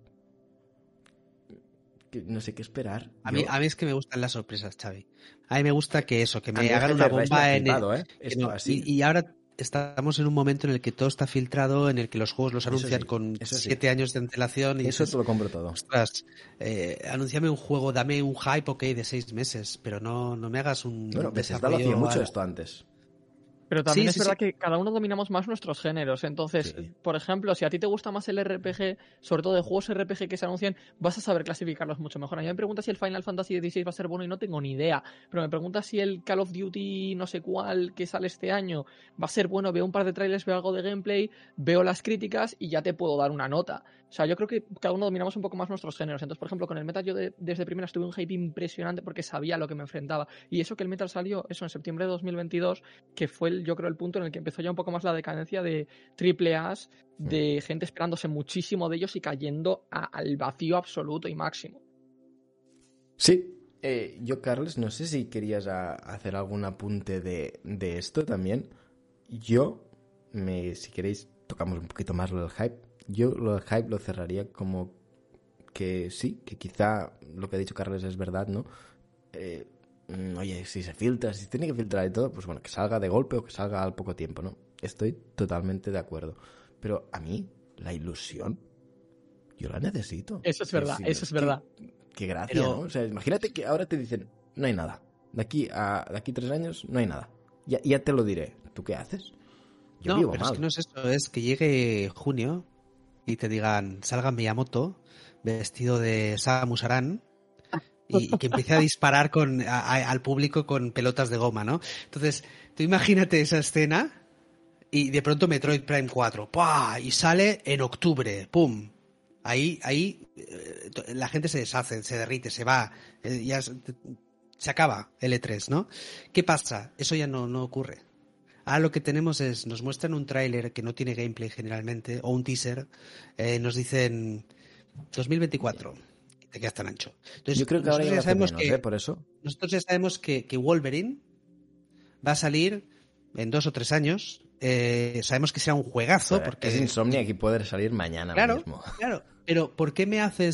que no sé qué esperar. A mí es que me gustan las sorpresas, Xavi. A mí me gusta que me mí hagan el una Half-Life bomba me ha en flipado, el... Esto así. Y ahora estamos en un momento en el que todo está filtrado, en el que los juegos los anuncian con 7 años de antelación. Y eso dices, te lo compro todo. Ostras, anúnciame un juego, dame un hype, ok, de 6 meses, pero no me hagas un Bueno, Bethesda lo desarrollo... hacía mucho esto antes. Pero también Sí, es sí, verdad que cada uno dominamos más nuestros géneros. Entonces, por ejemplo, si a ti te gusta más el RPG, sobre todo de juegos RPG que se anuncian, vas a saber clasificarlos mucho mejor. A mí me preguntas si el Final Fantasy XVI va a ser bueno y no tengo ni idea. Pero me preguntas si el Call of Duty no sé cuál que sale este año va a ser bueno. Veo un par de trailers, veo algo de gameplay, veo las críticas y ya te puedo dar una nota. O sea, yo creo que cada uno dominamos un poco más nuestros géneros. Entonces, por ejemplo, con el Metal yo desde primeras tuve un hype impresionante porque sabía a lo que me enfrentaba. Y eso que el Metal salió, eso en septiembre de 2022, que fue yo creo el punto en el que empezó ya un poco más la decadencia de triple A's, de gente esperándose muchísimo de ellos y cayendo al vacío absoluto y máximo. Sí. Yo, Carles, no sé si querías hacer algún apunte de esto también. Yo, si queréis, tocamos un poquito más lo del hype. Yo lo del hype lo cerraría como que sí, que quizá lo que ha dicho Carles es verdad, ¿no? Oye, si se filtra, si tiene que filtrar y todo, pues bueno, que salga de golpe o que salga al poco tiempo, ¿no? Estoy totalmente de acuerdo. Pero a mí, la ilusión, yo la necesito. Eso es verdad, eso es verdad. Qué gracia, ¿no? O sea, imagínate que ahora te dicen, no hay nada. De aquí 3 años no hay nada. Ya te lo diré. ¿Tú qué haces? Yo vivo pero mal. es que no es eso, es que llegue junio y te digan, salga Miyamoto vestido de Samus Aran y que empiece a disparar al público con pelotas de goma, ¿no? Entonces, tú imagínate esa escena y de pronto Metroid Prime 4, ¡pua! Y sale en octubre, ¡pum! Ahí la gente se deshace, se derrite, se va, se acaba el E3, ¿no? ¿Qué pasa? Eso ya no ocurre. Ahora lo que tenemos es, nos muestran un tráiler que no tiene gameplay generalmente, o un teaser, nos dicen 2024, y te quedas tan ancho. Entonces, yo creo que ahora ya sabemos menos, por eso. Nosotros ya sabemos que Wolverine va a salir en 2 o 3 años. Sabemos que será un juegazo. Pero porque es Insomniac y puede salir mañana mismo. Claro, pero ¿por qué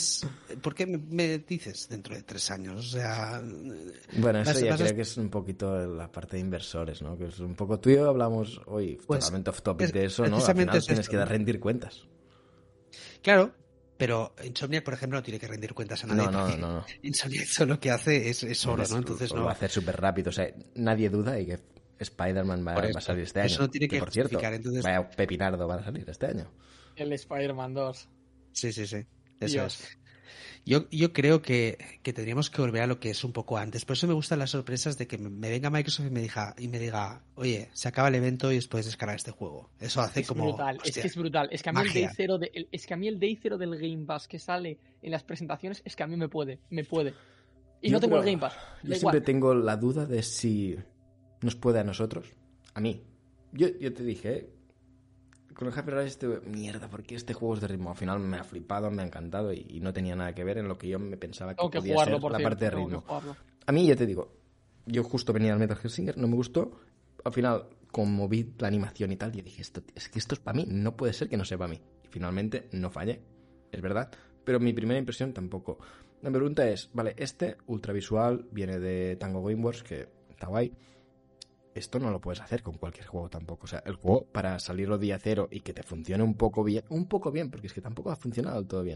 me dices dentro de 3 años? O sea... Bueno, eso ya creo que es un poquito la parte de inversores, ¿no? Que es un poco... Tú y yo hablamos hoy totalmente off topic de eso, ¿no? Al final tienes que rendir cuentas. Claro, pero Insomniac, por ejemplo, no tiene que rendir cuentas a nadie. No. Insomniac lo que hace es oro, ¿no? Entonces lo va a hacer súper rápido. O sea, nadie duda de que Spider-Man va a salir este año. Eso no tiene que por cierto, entonces... vaya pepinardo va a salir este año. El Spider-Man 2. Sí. Eso es. Yo creo que tendríamos que volver a lo que es un poco antes. Por eso me gustan las sorpresas de que me venga Microsoft y me diga, oye, se acaba el evento y puedes descargar este juego. Eso hace es como... brutal, hostia, es que es brutal. Es que a mí magia. el Day Zero del Game Pass que sale en las presentaciones es que a mí me puede. Y Yo no tengo creo, el Game Pass. Yo siempre tengo la duda de si nos puede a nosotros. A mí. Yo te dije, con el Happy Rush mierda, porque este juego es de ritmo. Al final me ha flipado, me ha encantado y no tenía nada que ver en lo que yo me pensaba que podía jugarlo, ser la parte de ritmo. A mí, ya te digo, yo justo venía al Metal Gear Singer, no me gustó. Al final, como vi la animación y tal, yo dije, esto es para mí, no puede ser que no sea para mí. Y finalmente no fallé, es verdad. Pero mi primera impresión tampoco. La pregunta es, vale, ultra visual viene de Tango Gameworks, que está guay. Esto no lo puedes hacer con cualquier juego tampoco. O sea, el juego, para salirlo día cero y que te funcione un poco bien, porque es que tampoco ha funcionado del todo bien.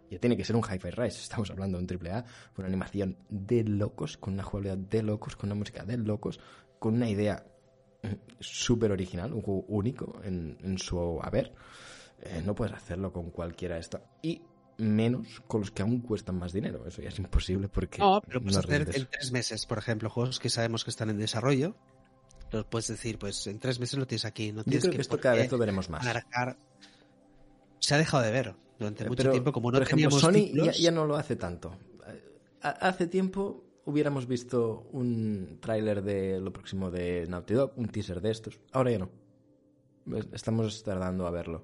ya tiene que ser un Hi-Fi Rise. Estamos hablando de un AAA con una animación de locos, con una jugabilidad de locos, con una música de locos, con una idea súper original, un juego único en su haber. No puedes hacerlo con cualquiera de estas. Y menos con los que aún cuestan más dinero. Eso ya es imposible porque... No, pero puedes no hacer rindes. en 3 meses, por ejemplo, juegos que sabemos que están en desarrollo. Los puedes decir, pues en 3 meses lo tienes aquí. No Yo tienes creo que esto cada vez lo veremos más. alargar. Se ha dejado de ver durante mucho Pero, tiempo, como no por ejemplo, teníamos Sony títulos. ya no lo hace tanto. Hace tiempo hubiéramos visto un tráiler de lo próximo de Naughty Dog, un teaser de estos. Ahora ya no. Estamos tardando a verlo.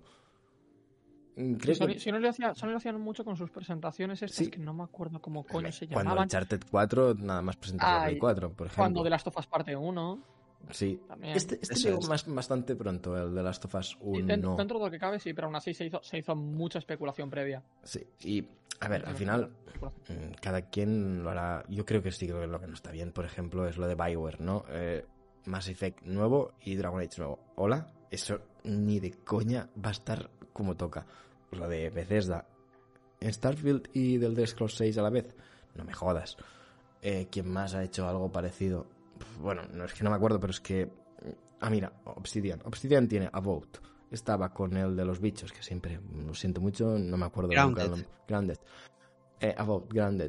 Creo que Sony lo hacían mucho con sus presentaciones estas, Sí. que no me acuerdo cómo coño se cuando llamaban. Uncharted 4 nada más presentó la Play Ay, 4, por ejemplo. Cuando The Last of Us Parte 1. Sí. También. Este Eso llegó es. bastante pronto, el de Last of Us Sí, 1. dentro de lo que cabe, sí, pero aún así se hizo mucha especulación previa. Sí, y a ver, al final cada quien lo hará. Yo creo que sí, que lo que no está bien, por ejemplo, es lo de BioWare, ¿no? Mass Effect nuevo y Dragon Age nuevo. Hola, eso ni de coña va a estar como toca. Lo de Bethesda, Starfield y del Elder Scrolls 6 a la vez, no me jodas. ¿Quién más ha hecho algo parecido? Bueno, no es que no me acuerdo, pero es que... mira, Obsidian. Obsidian tiene Avowed. Estaba con el de los bichos, que siempre, lo siento mucho, no me acuerdo nunca. Grounded. Avowed, Grounded.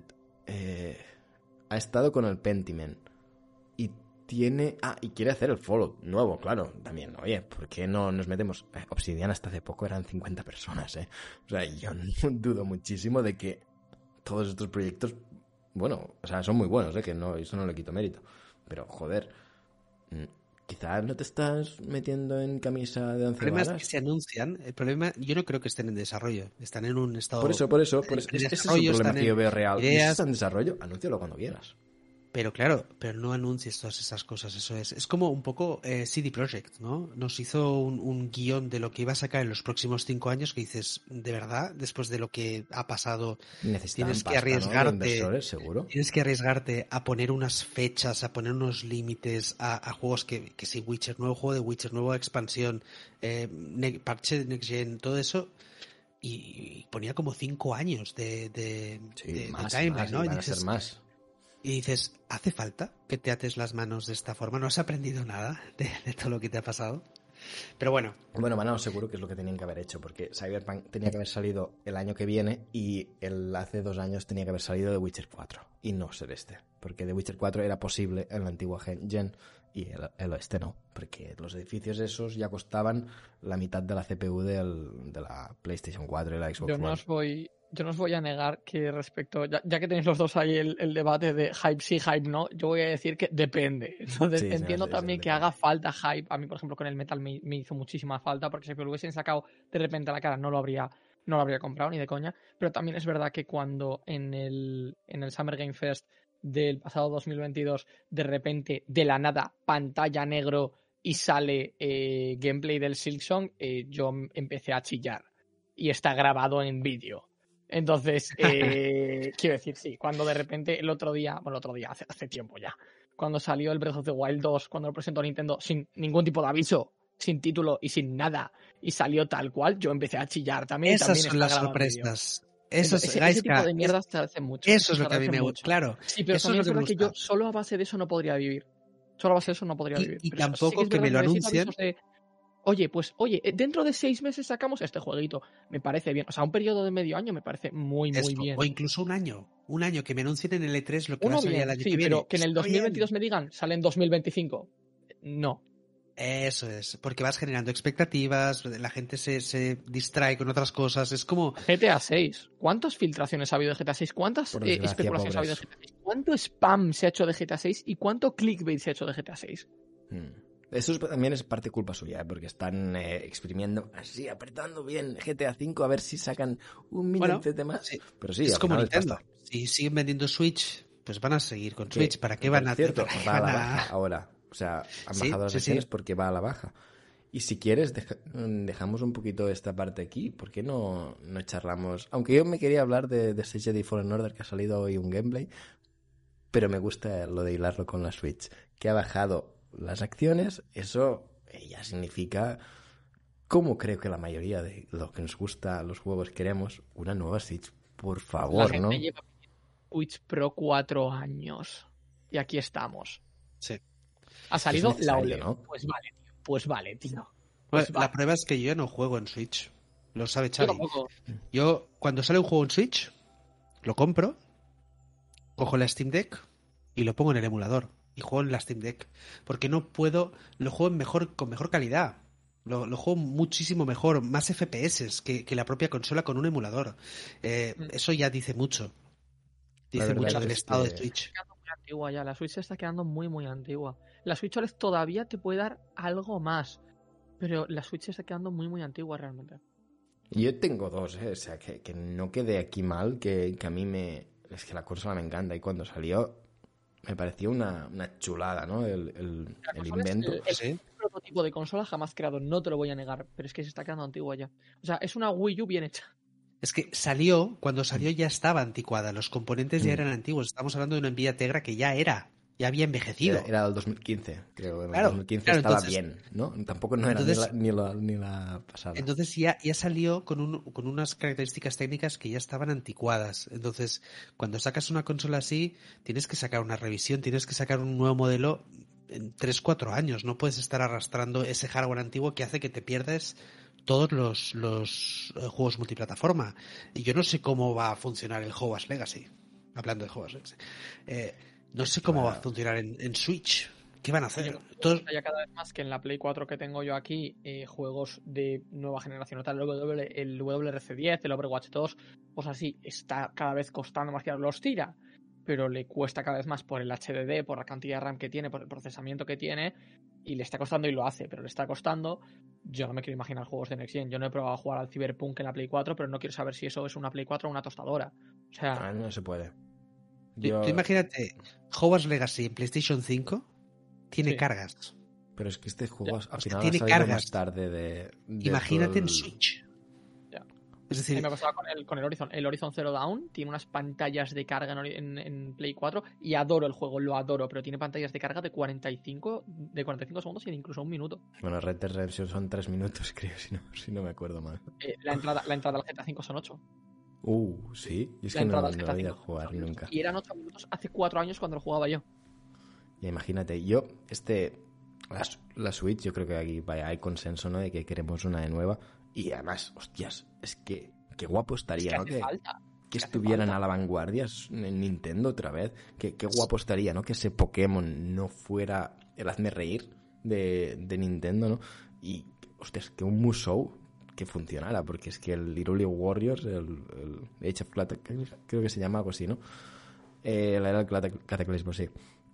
Ha estado con el Pentiment. Y tiene... y quiere hacer el Fallout nuevo, claro, también. Oye, ¿por qué no nos metemos? Obsidian hasta hace poco eran 50 personas, O sea, yo no dudo muchísimo de que todos estos proyectos, bueno, o sea, son muy buenos, que no, eso no le quito mérito. Pero, joder, quizás no te estás metiendo en camisa de 11 El problema varas. es que se anuncian. El problema, yo no creo que estén en desarrollo. Están en un estado... Por eso. Ese es el problema que yo veo real. Y si ideas. está en desarrollo, anúncialo cuando quieras. Pero claro, pero no anuncies todas esas cosas, eso es. Es como un poco CD Projekt, ¿no? Nos hizo un guión de lo que iba a sacar en los próximos 5 años que dices, de verdad, después de lo que ha pasado, Necesitan tienes que pasta, ¿no? De arriesgarte. inversores, seguro. Tienes que arriesgarte a poner unas fechas, a poner unos límites a juegos que sí, Witcher, nuevo juego de Witcher, nueva expansión, parche de Next Gen, todo eso. Y ponía como 5 años de timeline, ¿no? Y van a ser más. Y dices, ¿hace falta que te ates las manos de esta forma? ¿No has aprendido nada de todo lo que te ha pasado? Pero bueno. Bueno, Manao, seguro que es lo que tenían que haber hecho, porque Cyberpunk tenía que haber salido el año que viene y hace 2 años tenía que haber salido The Witcher 4 y no ser este, porque The Witcher 4 era posible en la antigua gen y el este no, porque los edificios esos ya costaban la mitad de la CPU de la PlayStation 4 y la Xbox One. Yo no os voy a negar que respecto, ya que tenéis los dos ahí el debate de hype sí, hype no, yo voy a decir que depende. Entonces entiendo también que haga falta hype. A mí, por ejemplo, con el Metal me hizo muchísima falta, porque si me lo hubiesen sacado de repente a la cara no lo habría comprado ni de coña. Pero también es verdad que cuando en el Summer Game Fest del pasado 2022, de repente, de la nada, pantalla negro y sale gameplay del Silksong, yo empecé a chillar. Y está grabado en vídeo. Entonces, quiero decir, sí, cuando de repente hace tiempo ya, cuando salió el Breath of the Wild 2, cuando lo presentó Nintendo sin ningún tipo de aviso, sin título y sin nada, y salió tal cual, yo empecé a chillar también. Esas son las sorpresas. Ese tipo de mierda se hace mucho. Eso es lo que a mí me gusta. Claro. Sí, pero también es verdad que yo solo a base de eso no podría vivir. Y tampoco sí que me lo anuncien. Oye, dentro de 6 meses sacamos este jueguito. Me parece bien. O sea, un periodo de medio año me parece muy bien. O incluso un año. Un año que me anuncien en el E3 lo que va a salir el año que viene. Pero que en el 2022 me digan, sale en 2025. No. Eso es. Porque vas generando expectativas, la gente se distrae con otras cosas. Es como... GTA 6. ¿Cuántas filtraciones ha habido de GTA 6? ¿Cuántas especulaciones ha habido de GTA 6? ¿Cuánto spam se ha hecho de GTA 6? ¿Y cuánto clickbait se ha hecho de GTA 6? Eso también es parte culpa suya, porque están exprimiendo así, apretando bien GTA V a ver si sacan un millón de más. Sí. Pero sí, es como Nintendo. Si siguen vendiendo Switch, pues van a seguir con Switch. ¿Para qué van a hacer? Va a la baja ahora. O sea, han bajado las acciones porque va a la baja. Y si quieres, dejamos un poquito esta parte aquí. ¿Por qué no charlamos? Aunque yo me quería hablar de Stage Jedi Fallen Order, que ha salido hoy un gameplay, pero me gusta lo de hilarlo con la Switch, que ha bajado las acciones. Eso ya significa, como creo que la mayoría de lo que nos gusta los juegos queremos, una nueva Switch por favor, La ¿no? gente lleva Switch Pro 4 años. Y aquí estamos. Sí. Ha salido Es la necesario, OLED. ¿no? Pues vale, tío. Bueno, Pues la vale. prueba es que yo ya no juego en Switch. Lo sabe Yo Xavi. tampoco. Yo, cuando sale un juego en Switch, lo compro, cojo la Steam Deck y lo pongo en el emulador. Y juego en la Steam Deck. Porque no puedo... Lo juego con mejor calidad. Lo juego muchísimo mejor. Más FPS que la propia consola con un emulador. Eso ya dice mucho. La Dice verdad mucho es del que- estado de Switch. Está quedando muy antigua ya. La Switch se está quedando muy, muy antigua. La Switch OLED todavía te puede dar algo más. Pero la Switch se está quedando muy, muy antigua realmente. Yo tengo dos, ¿eh? O sea, que no quede aquí mal, que a mí me... Es que la consola me encanta y cuando salió me pareció una chulada, ¿no? El La consola es invento. el Sí. prototipo de consola jamás creado, no te lo voy a negar, pero es que se está quedando antigua ya. O sea, es una Wii U bien hecha. Es que cuando salió ya estaba anticuada. Los componentes ya eran antiguos. Estamos hablando de una Nvidia Tegra que ya había envejecido. Era el 2015, creo. En el Claro, 2015 claro, estaba entonces- bien, ¿no? Tampoco no era entonces- ni la pasada. Entonces ya salió con unas características técnicas que ya estaban anticuadas. Entonces, cuando sacas una consola así, tienes que sacar una revisión, tienes que sacar un nuevo modelo en 3-4 años. No puedes estar arrastrando ese hardware antiguo que hace que te pierdas todos los juegos multiplataforma. Y yo no sé cómo va a funcionar el Hogwarts Legacy. Hablando de Hogwarts Legacy. No sé cómo va a funcionar en Switch. ¿Qué van a hacer? Todos- Ya cada vez más que en la Play 4 que tengo yo aquí, juegos de nueva generación, tal, el WRC10, el Overwatch 2, pues así, está cada vez costando más que los tira, pero le cuesta cada vez más por el HDD, por la cantidad de RAM que tiene, por el procesamiento que tiene, y le está costando y lo hace, pero le está costando. Yo no me quiero imaginar juegos de Next Gen. Yo no he probado a jugar al Cyberpunk en la Play 4, pero no quiero saber si eso es una Play 4 o una tostadora. O sea, No se puede. Tú imagínate, Hogwarts Legacy en PlayStation 5 tiene Sí. cargas. Pero es que este juego al sea, final tiene ha salido cargas. más tarde de Imagínate todo en el- Switch. Ya. Es a decir, mí me pasaba con el Horizon. El Horizon Zero Dawn tiene unas pantallas de carga en Play 4 y adoro el juego, lo adoro, pero tiene pantallas de carga de 45 segundos y de incluso un minuto. Bueno, Red Dead Redemption son 3 minutos, creo, si no me acuerdo mal. La entrada al GTA V son 8. Sí. Y es La que no entrada al he GTA ido a V son jugar 8 minutos. nunca. Y eran 8 minutos hace 4 años cuando lo jugaba yo. Ya imagínate, la Switch, yo creo que aquí hay consenso, ¿no? De que queremos una de nueva. Y además, hostias, es que qué guapo estaría, Es que ¿no? hace falta. Que hace estuvieran falta. a la vanguardia en Nintendo otra vez. Qué guapo estaría, ¿no? Que ese Pokémon no fuera el hazme reír de Nintendo, ¿no? Y, hostias, que un Musou que funcionara, porque es que el Hyrule Warriors, el Age of Cataclysm, creo que se llama algo así, ¿no? La era del Cataclysmo, sí.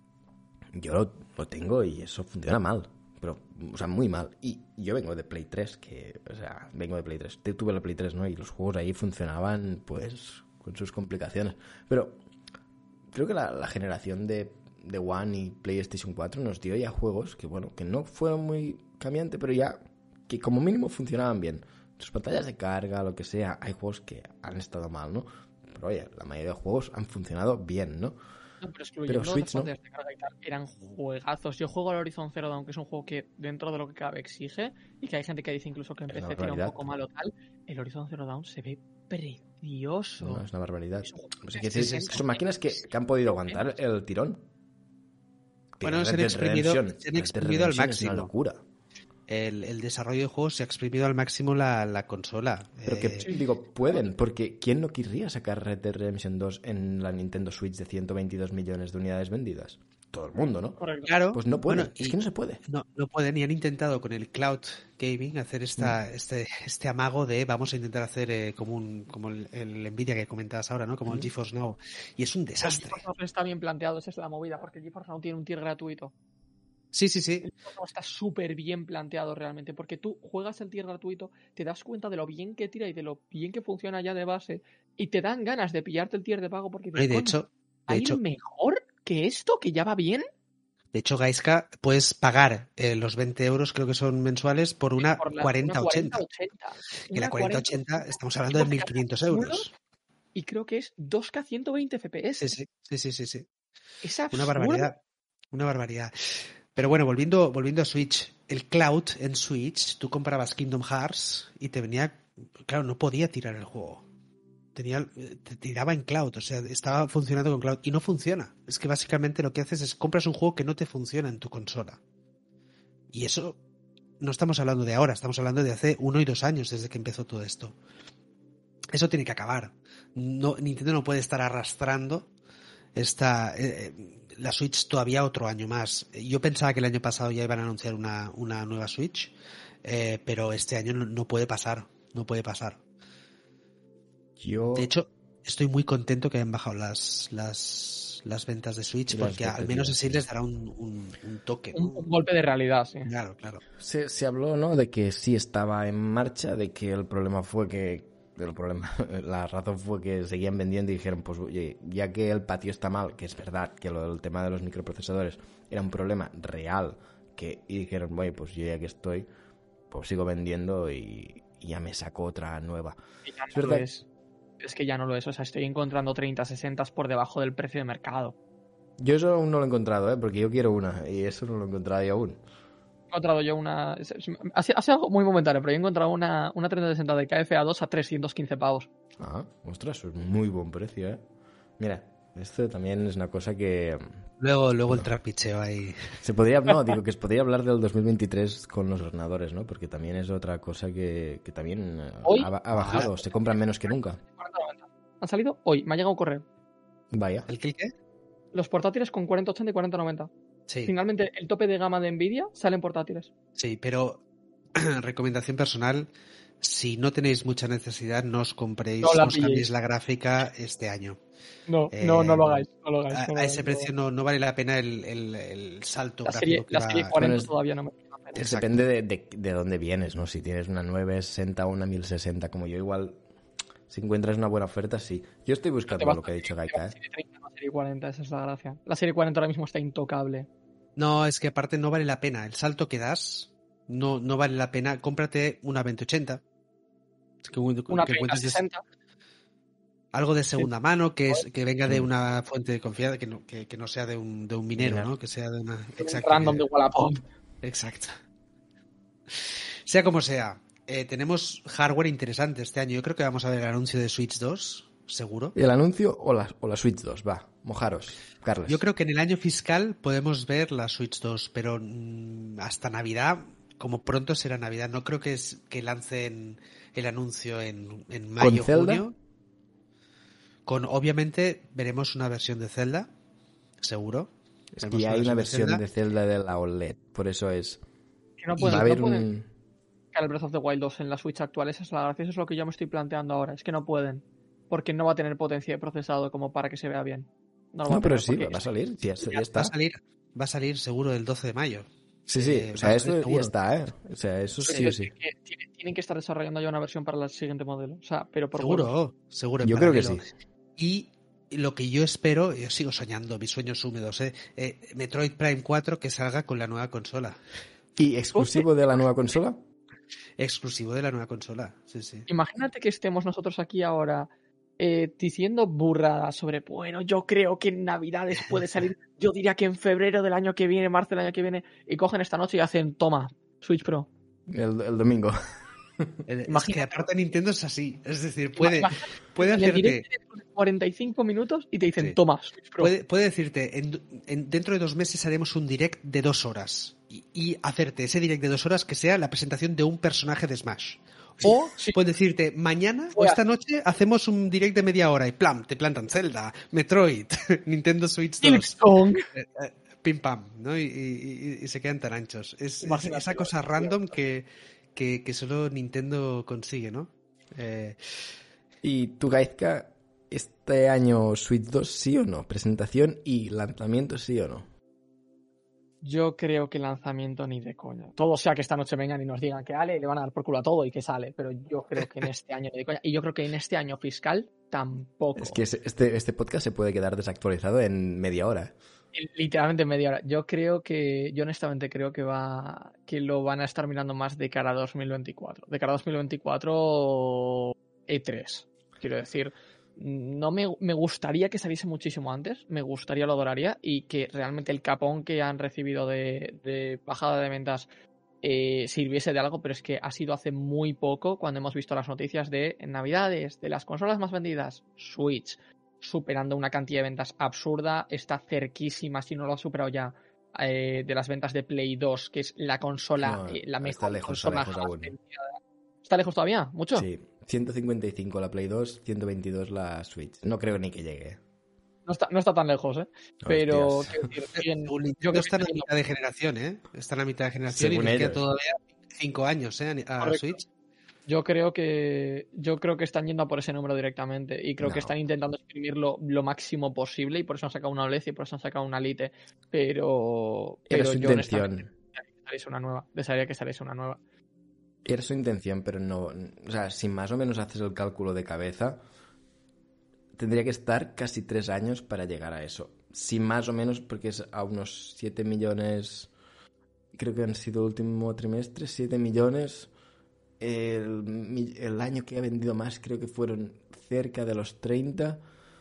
Yo lo tengo y eso funciona mal. Pero, o sea, muy mal. Y yo vengo de Play 3, vengo de Play 3. Tuve la Play 3, ¿no? Y los juegos ahí funcionaban, pues, con sus complicaciones. Pero creo que la generación de One y PlayStation 4 nos dio ya juegos que, bueno, que no fueron muy cambiantes, pero ya que como mínimo funcionaban bien. Sus pantallas de carga, lo que sea, hay juegos que han estado mal, ¿no? Pero oye, la mayoría de juegos han funcionado bien, ¿no? No, pero excluyendo Switch, las ¿no? pantallas de carga y tal, eran juegazos. Yo juego al Horizon Zero Dawn, que es un juego que dentro de lo que cabe exige, y que hay gente que dice incluso que en Es una PC tira un barbaridad. poco mal o tal. El Horizon Zero Dawn se ve precioso. No, es una barbaridad. Es un juego O sea, de que 60 son máquinas que han podido aguantar el tirón. Bueno, se han Red Dead exprimido Redemption- al Red Dead Redemption es máximo. una locura. El desarrollo de juegos se ha exprimido al máximo la consola. Pero que, digo, pueden, porque ¿quién no querría sacar Red Dead Redemption 2 en la Nintendo Switch de 122 millones de unidades vendidas? Todo el mundo, ¿no? Correcto. Claro. Pues no pueden, Bueno, es que no se puede. No pueden y han intentado con el cloud gaming hacer este amago de vamos a intentar hacer como el Nvidia que comentabas ahora, ¿no? Como el GeForce Now. Y es un El desastre. GeForce Now está bien planteado, esa es la movida, porque el GeForce Now tiene un tier gratuito. Sí. El GeForce Now está súper bien planteado realmente, porque tú juegas el tier gratuito, te das cuenta de lo bien que tira y de lo bien que funciona ya de base, y te dan ganas de pillarte el tier de pago porque dices, Y de "Coño, hecho, ¿hay mejor que esto, que ya va bien?" Gaiska, puedes pagar los 20 euros, creo que son mensuales, por una Por la- 4080. 4080. Que la Una 4080 estamos hablando de 1.500 euros. Y creo que es 2K 120 FPS. Sí. Es absurdo. Una barbaridad. Una barbaridad. Pero bueno, volviendo a Switch, el cloud en Switch, tú comprabas Kingdom Hearts y te venía... Claro, no podía tirar el juego. te tiraba en cloud, o sea, estaba funcionando con cloud y no funciona. Es que básicamente lo que haces es compras un juego que no te funciona en tu consola. Y eso no estamos hablando de ahora, estamos hablando de hace 1 y 2 años desde que empezó todo esto. Eso tiene que acabar. Nintendo no puede estar arrastrando la Switch todavía otro año más. Yo pensaba que el año pasado ya iban a anunciar una nueva Switch, pero este año no puede pasar. No puede pasar. De hecho, estoy muy contento que hayan bajado las ventas de Switch, porque al menos así les dará un toque, ¿no? Un golpe de realidad, sí. Claro. Se habló, ¿no?, de que sí estaba en marcha, de que el problema fue la razón fue que seguían vendiendo y dijeron, pues oye, ya que el patio está mal, que es verdad que el tema de los microprocesadores era un problema real, y dijeron, oye, pues yo ya que estoy, pues sigo vendiendo y ya me saco otra nueva. Es verdad. Es que ya no lo es, o sea, estoy encontrando 30, 60 por debajo del precio de mercado. Yo eso aún no lo he encontrado, porque yo quiero una, y eso no lo he encontrado yo aún. He encontrado yo una... Ha sido algo muy momentáneo, pero he encontrado una 3060 de KFA2 a 315 pavos. Ah, ostras, eso es muy buen precio, ¿eh? Mira, esto también es una cosa que... Luego el trapicheo ahí. Se podría hablar del 2023 con los ordenadores, ¿no? Porque también es otra cosa que también ha bajado, se compran menos que nunca. Han salido hoy, me ha llegado un correo. Vaya. ¿El qué? Los portátiles con 4080 y 4090. Sí. Finalmente, el tope de gama de Nvidia sale en portátiles. Sí, pero recomendación personal, si no tenéis mucha necesidad, no os compréis, no os cambiéis la gráfica este año. No lo hagáis. A ese precio no vale la pena el salto gráfico. La serie 40 todavía no me... Depende de dónde vienes, ¿no? Si tienes una 960 o una 1060 como yo, igual, si encuentras una buena oferta, sí. Yo estoy buscando lo que ha dicho Gaika, La serie 30, la serie 40, esa es la gracia. La serie 40 ahora mismo está intocable. No, es que aparte no vale la pena. El salto que das no vale la pena. Cómprate una 2080. Una 3060. Algo de segunda mano, que venga de una fuente de confianza, que no sea de un minero, ¿no? Que sea de una... Exacto. Random de Wallapop. Exacto. Sea como sea, tenemos hardware interesante este año. Yo creo que vamos a ver el anuncio de Switch 2, seguro. ¿El anuncio o la Switch 2? Va, mojaros, Carles. Yo creo que en el año fiscal podemos ver la Switch 2, pero hasta Navidad, como pronto será Navidad, no creo que lancen el anuncio en mayo, junio. Obviamente veremos una versión de Zelda, seguro. Es que ya hay una versión de Zelda de la OLED, por eso es... Que no pueden el Breath of the Wild 2 en la Switch actual, esa es la gracia, eso es lo que yo me estoy planteando ahora, es que no pueden, porque no va a tener potencia de procesado como para que se vea bien. No, pero sí, va a salir, ya está. Va a salir seguro el 12 de mayo. Sí, o sea, eso ya está, ¿eh? O sea, eso sí o sí. Tienen que estar desarrollando ya una versión para el siguiente modelo, o sea, pero por seguro. Yo creo que sí. Y lo que yo espero, yo sigo soñando, mis sueños húmedos, Metroid Prime 4 que salga con la nueva consola. ¿Y exclusivo de la nueva consola? Exclusivo de la nueva consola, sí. Imagínate que estemos nosotros aquí ahora diciendo burradas sobre, bueno, yo creo que en Navidades puede salir, yo diría que en febrero del año que viene, marzo del año que viene, y cogen esta noche y hacen, toma, Switch Pro. El domingo. Es que aparte Nintendo es así, es decir, puede hacerte 45 minutos y te dicen, toma, Switch Pro. Puede decirte, dentro de 2 meses haremos un direct de 2 horas y hacerte ese direct de 2 horas que sea la presentación de un personaje de Smash. O puede decirte, mañana o esta noche hacemos un direct de media hora y ¡plam! Te plantan Zelda, Metroid, Nintendo Switch 2. Pim pam, ¿no? Y se quedan tan anchos. Es esa cosa random que solo Nintendo consigue, ¿no? ¿Y tú, Gaizka, este año Switch 2 sí o no? ¿Presentación y lanzamiento sí o no? Yo creo que lanzamiento ni de coña. Todo sea que esta noche vengan y nos digan que le van a dar por culo a todo y que sale, pero yo creo que en este año ni de coña. Y yo creo que en este año fiscal tampoco. Es que este podcast se puede quedar desactualizado en media hora. Literalmente en media hora. Yo honestamente creo que lo van a estar mirando más de cara a 2024. De cara a 2024 E3. Quiero decir, no me gustaría que saliese muchísimo antes, me adoraría, y que realmente el capón que han recibido de bajada de ventas sirviese de algo, pero es que ha sido hace muy poco cuando hemos visto las noticias de Navidades, de las consolas más vendidas, Switch, superando una cantidad de ventas absurda, está cerquísima, si no lo ha superado ya, de las ventas de Play 2, que es la consola, la mejor consola jamás vendida. ¿Está lejos todavía? ¿Mucho? Sí, 155 la Play 2, 122 la Switch. No creo ni que llegue. No está tan lejos, ¿eh? Pero yo creo que está en la mitad de generación, ¿eh? Está en la mitad de generación según y nos queda todavía 5 años, ¿eh? A la Switch. Yo creo que están yendo a por ese número directamente y creo que están intentando exprimirlo lo máximo posible y por eso han sacado una OLED y por eso han sacado una Lite. Pero era su yo intención. Desearía que saliese una nueva. Era su intención, pero no... O sea, si más o menos haces el cálculo de cabeza, tendría que estar casi 3 años para llegar a eso. Si más o menos, porque es a unos 7 millones... Creo que han sido el último trimestre, 7 millones... El año que ha vendido más creo que fueron cerca de los 30.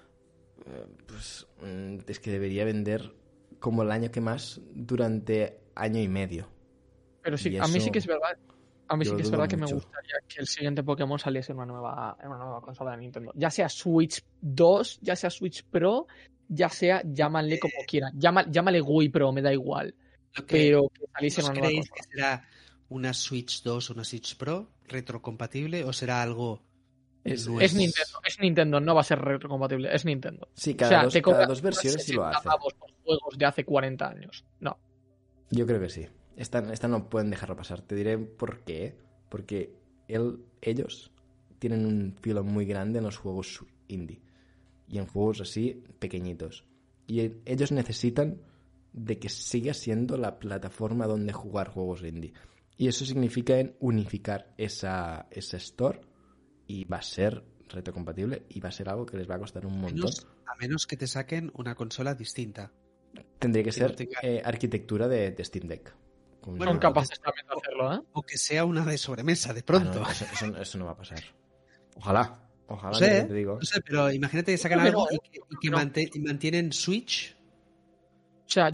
Pues es que debería vender como el año que más durante año y medio. Pero sí, a mí sí que es verdad. A mí sí que es verdad que me gustaría que el siguiente Pokémon saliese en una nueva consola de Nintendo. Ya sea Switch 2, ya sea Switch Pro, ya sea, llámale como quieran. Llámale Wii Pro, me da igual. Pero que saliese en una nueva consola. Que será una Switch 2 o una Switch Pro retrocompatible o será algo... Es Nintendo, no va a ser retrocompatible, es Nintendo. Sí, cada dos versiones sí lo hace. Por juegos de hace 40 años. No. Yo creo que sí. Esta no pueden dejarlo pasar. Te diré por qué. Porque ellos tienen un filo muy grande en los juegos indie. Y en juegos así pequeñitos. Y ellos necesitan de que siga siendo la plataforma donde jugar juegos indie. Y eso significa unificar esa store y va a ser retrocompatible y va a ser algo que les va a costar un montón. A menos que te saquen una consola distinta. Tendría que ser arquitectura de Steam Deck. Son capaces también de hacerlo, ¿eh? O que sea una de sobremesa, de pronto. No, eso no va a pasar. Ojalá. No sé, te digo. No sé, pero imagínate que sacan algo y que mantienen Switch. O sea,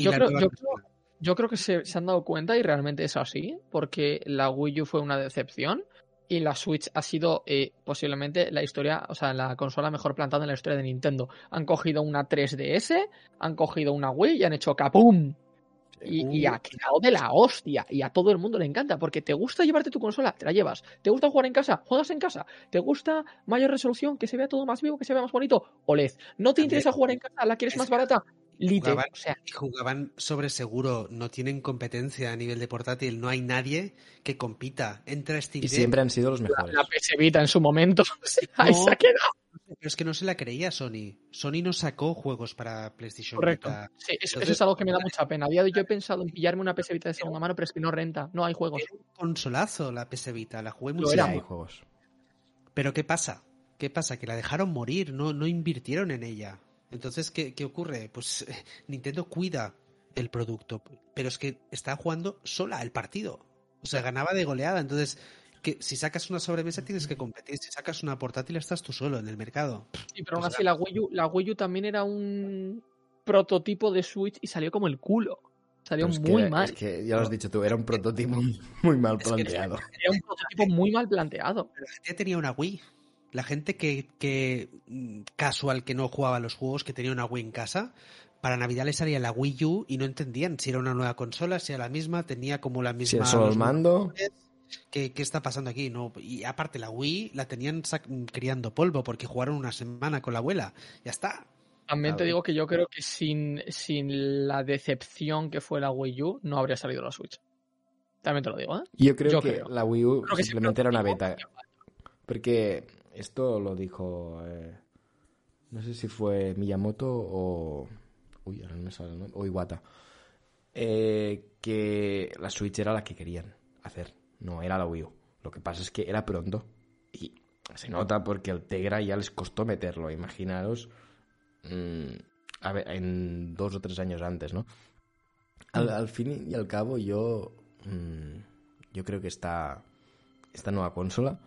yo creo que se han dado cuenta y realmente es así, porque la Wii U fue una decepción y la Switch ha sido posiblemente la consola mejor plantada en la historia de Nintendo. Han cogido una 3DS, han cogido una Wii y han hecho ¡capum! Y ha quedado de la hostia. Y a todo el mundo le encanta, porque te gusta llevarte tu consola, te la llevas. ¿Te gusta jugar en casa? Juegas en casa. ¿Te gusta mayor resolución, que se vea todo más vivo, que se vea más bonito? OLED. ¿No te interesa jugar en casa? ¿La quieres más barata? Lite. Jugaban sobre seguro, no tienen competencia a nivel de portátil, no hay nadie que compita. Entra Steam Deck. Y siempre han sido los mejores. La PS Vita en su momento. Ahí se ha quedado. Pero es que no se la creía Sony. Sony no sacó juegos para PlayStation Correcto. Vita. Sí, eso es algo que me da mucha pena. A día de hoy yo he pensado en pillarme una PS Vita de segunda mano, pero es que no renta. No hay juegos. Era un consolazo la PS Vita. La jugué mucho. Hay juegos. Pero ¿qué pasa? Que la dejaron morir. No invirtieron en ella. Entonces, ¿qué ocurre? Pues Nintendo cuida el producto. Pero es que está jugando sola el partido. O sea, ganaba de goleada. Entonces... que si sacas una sobremesa tienes que competir, si sacas una portátil estás tú solo en el mercado. Sí, pero aún así la Wii U también era un prototipo de Switch y salió como el culo. Salió muy mal. Es que ya lo has dicho tú, era un prototipo muy mal planteado. Era un prototipo muy mal planteado. Pero la gente tenía una Wii. La gente que casual que no jugaba a los juegos, que tenía una Wii en casa, para Navidad le salía la Wii U y no entendían si era una nueva consola, si era la misma, tenía como la misma... Si era solo el mando... ¿Qué está pasando aquí? No, y aparte la Wii la tenían criando polvo porque jugaron una semana con la abuela. Ya está. También te digo que yo creo que sin la decepción que fue la Wii U no habría salido la Switch. También te lo digo, ¿eh? Yo creo que la Wii U simplemente era una beta. Porque esto lo dijo... no sé si fue Miyamoto o... Uy, ahora no me sale el nombre. O Iwata. Que la Switch era la que querían hacer. No era la Wii U. Lo que pasa es que era pronto. Y se nota porque el Tegra ya les costó meterlo. Imaginaros en 2 o 3 años antes, ¿no? Al fin y al cabo yo creo que esta nueva consola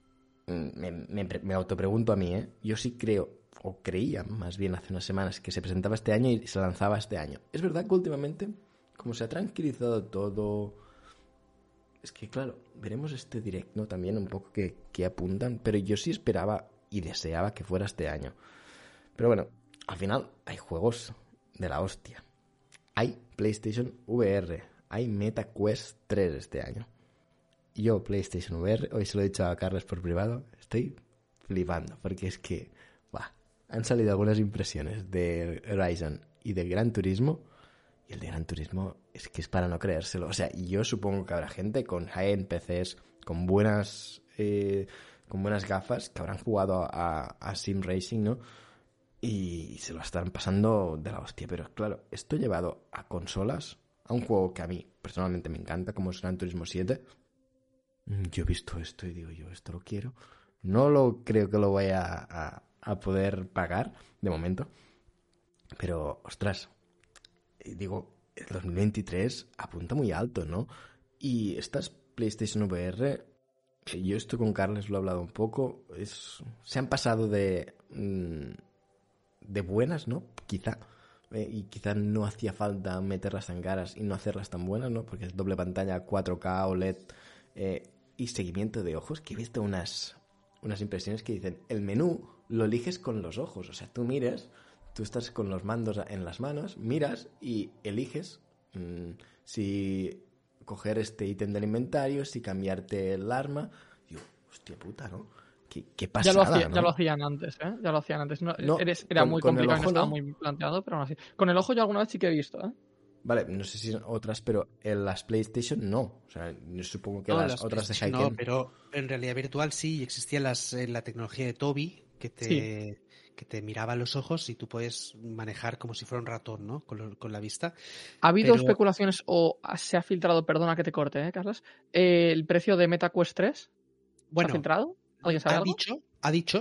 me autopregunto a mí, yo sí creo, o creía más bien hace unas semanas, que se presentaba este año y se lanzaba este año. Es verdad que últimamente, como se ha tranquilizado todo... Es que, claro, veremos este direct, ¿no? También un poco que apuntan, pero yo sí esperaba y deseaba que fuera este año. Pero bueno, al final hay juegos de la hostia. Hay PlayStation VR, hay Meta Quest 3 este año. Yo, PlayStation VR, hoy se lo he dicho a Carlos por privado, estoy flipando, porque es que, han salido algunas impresiones de Horizon y de Gran Turismo, y el de Gran Turismo es que es para no creérselo. O sea, yo supongo que habrá gente con high-end PCs, con buenas gafas, que habrán jugado a Sim Racing, ¿no? Y se lo están pasando de la hostia. Pero claro, esto llevado a consolas, a un juego que a mí personalmente me encanta, como es Gran Turismo 7, yo he visto esto y digo, yo esto lo quiero. No lo creo que lo vaya a poder pagar de momento. Pero, ostras, digo, el 2023 apunta muy alto, ¿no? Y estas PlayStation VR, yo esto con Carles lo he hablado un poco, se han pasado de buenas, ¿no? Quizá. Y quizá no hacía falta meterlas tan caras y no hacerlas tan buenas, ¿no? Porque es doble pantalla, 4K, OLED y seguimiento de ojos, que he visto unas impresiones que dicen, el menú lo eliges con los ojos, o sea, tú estás con los mandos en las manos, miras y eliges si coger este ítem del inventario, si cambiarte el arma. Yo, hostia puta, ¿no? Qué pasada, ¿no? Ya lo hacían antes, ¿eh? Ya lo hacían antes. Era muy con complicado y no estaba no. muy planteado, pero aún así. Con el ojo yo alguna vez sí que he visto, ¿eh? Vale, no sé si son otras, pero en las PlayStation no. O sea, yo supongo que las otras de Hyken... No, pero en realidad virtual sí existía la tecnología de Tobii que te miraba los ojos y tú puedes manejar como si fuera un ratón, ¿no? Con la vista. ¿Ha habido especulaciones o se ha filtrado, perdona que te corte, Carlos, el precio de Meta Quest 3? ¿Se ha filtrado? ¿Alguien sabe algo? Ha dicho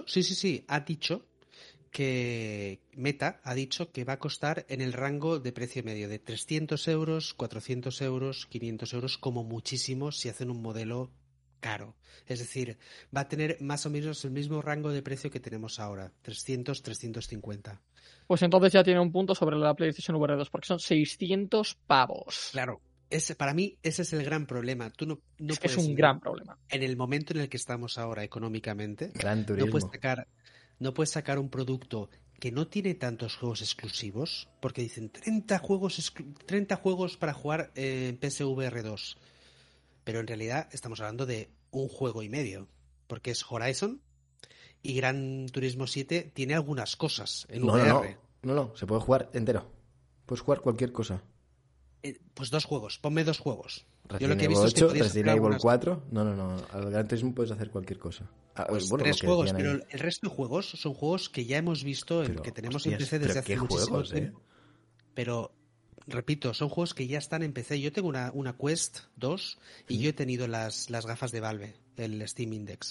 que Meta ha dicho que va a costar en el rango de precio medio de 300 euros, 400 euros, 500 euros como muchísimo si hacen un modelo caro. Es decir, va a tener más o menos el mismo rango de precio que tenemos ahora, 300, 350. Pues entonces ya tiene un punto sobre la PlayStation VR 2, porque son 600 pavos. Claro, para mí ese es el gran problema. Tú no es puedes... Es un gran problema. En el momento en el que estamos ahora económicamente, Gran Turismo. no puedes sacar un producto que no tiene tantos juegos exclusivos, porque dicen 30 juegos para jugar en PSVR 2. Pero en realidad estamos hablando de un juego y medio, porque es Horizon y Gran Turismo 7 tiene algunas cosas en VR. No, se puede jugar entero. Puedes jugar cualquier cosa. Pues 2 juegos, ponme 2 juegos. Yo lo que he visto 8, es que Resident Evil 4. No. Al Gran Turismo puedes hacer cualquier cosa. Pues 3 juegos, pero el resto de juegos son juegos que ya hemos visto, que tenemos en PC desde hace muchísimo tiempo. Pero, repito, son juegos que ya están en PC. Yo tengo una Quest 2 y yo he tenido las gafas de Valve, el Steam Index.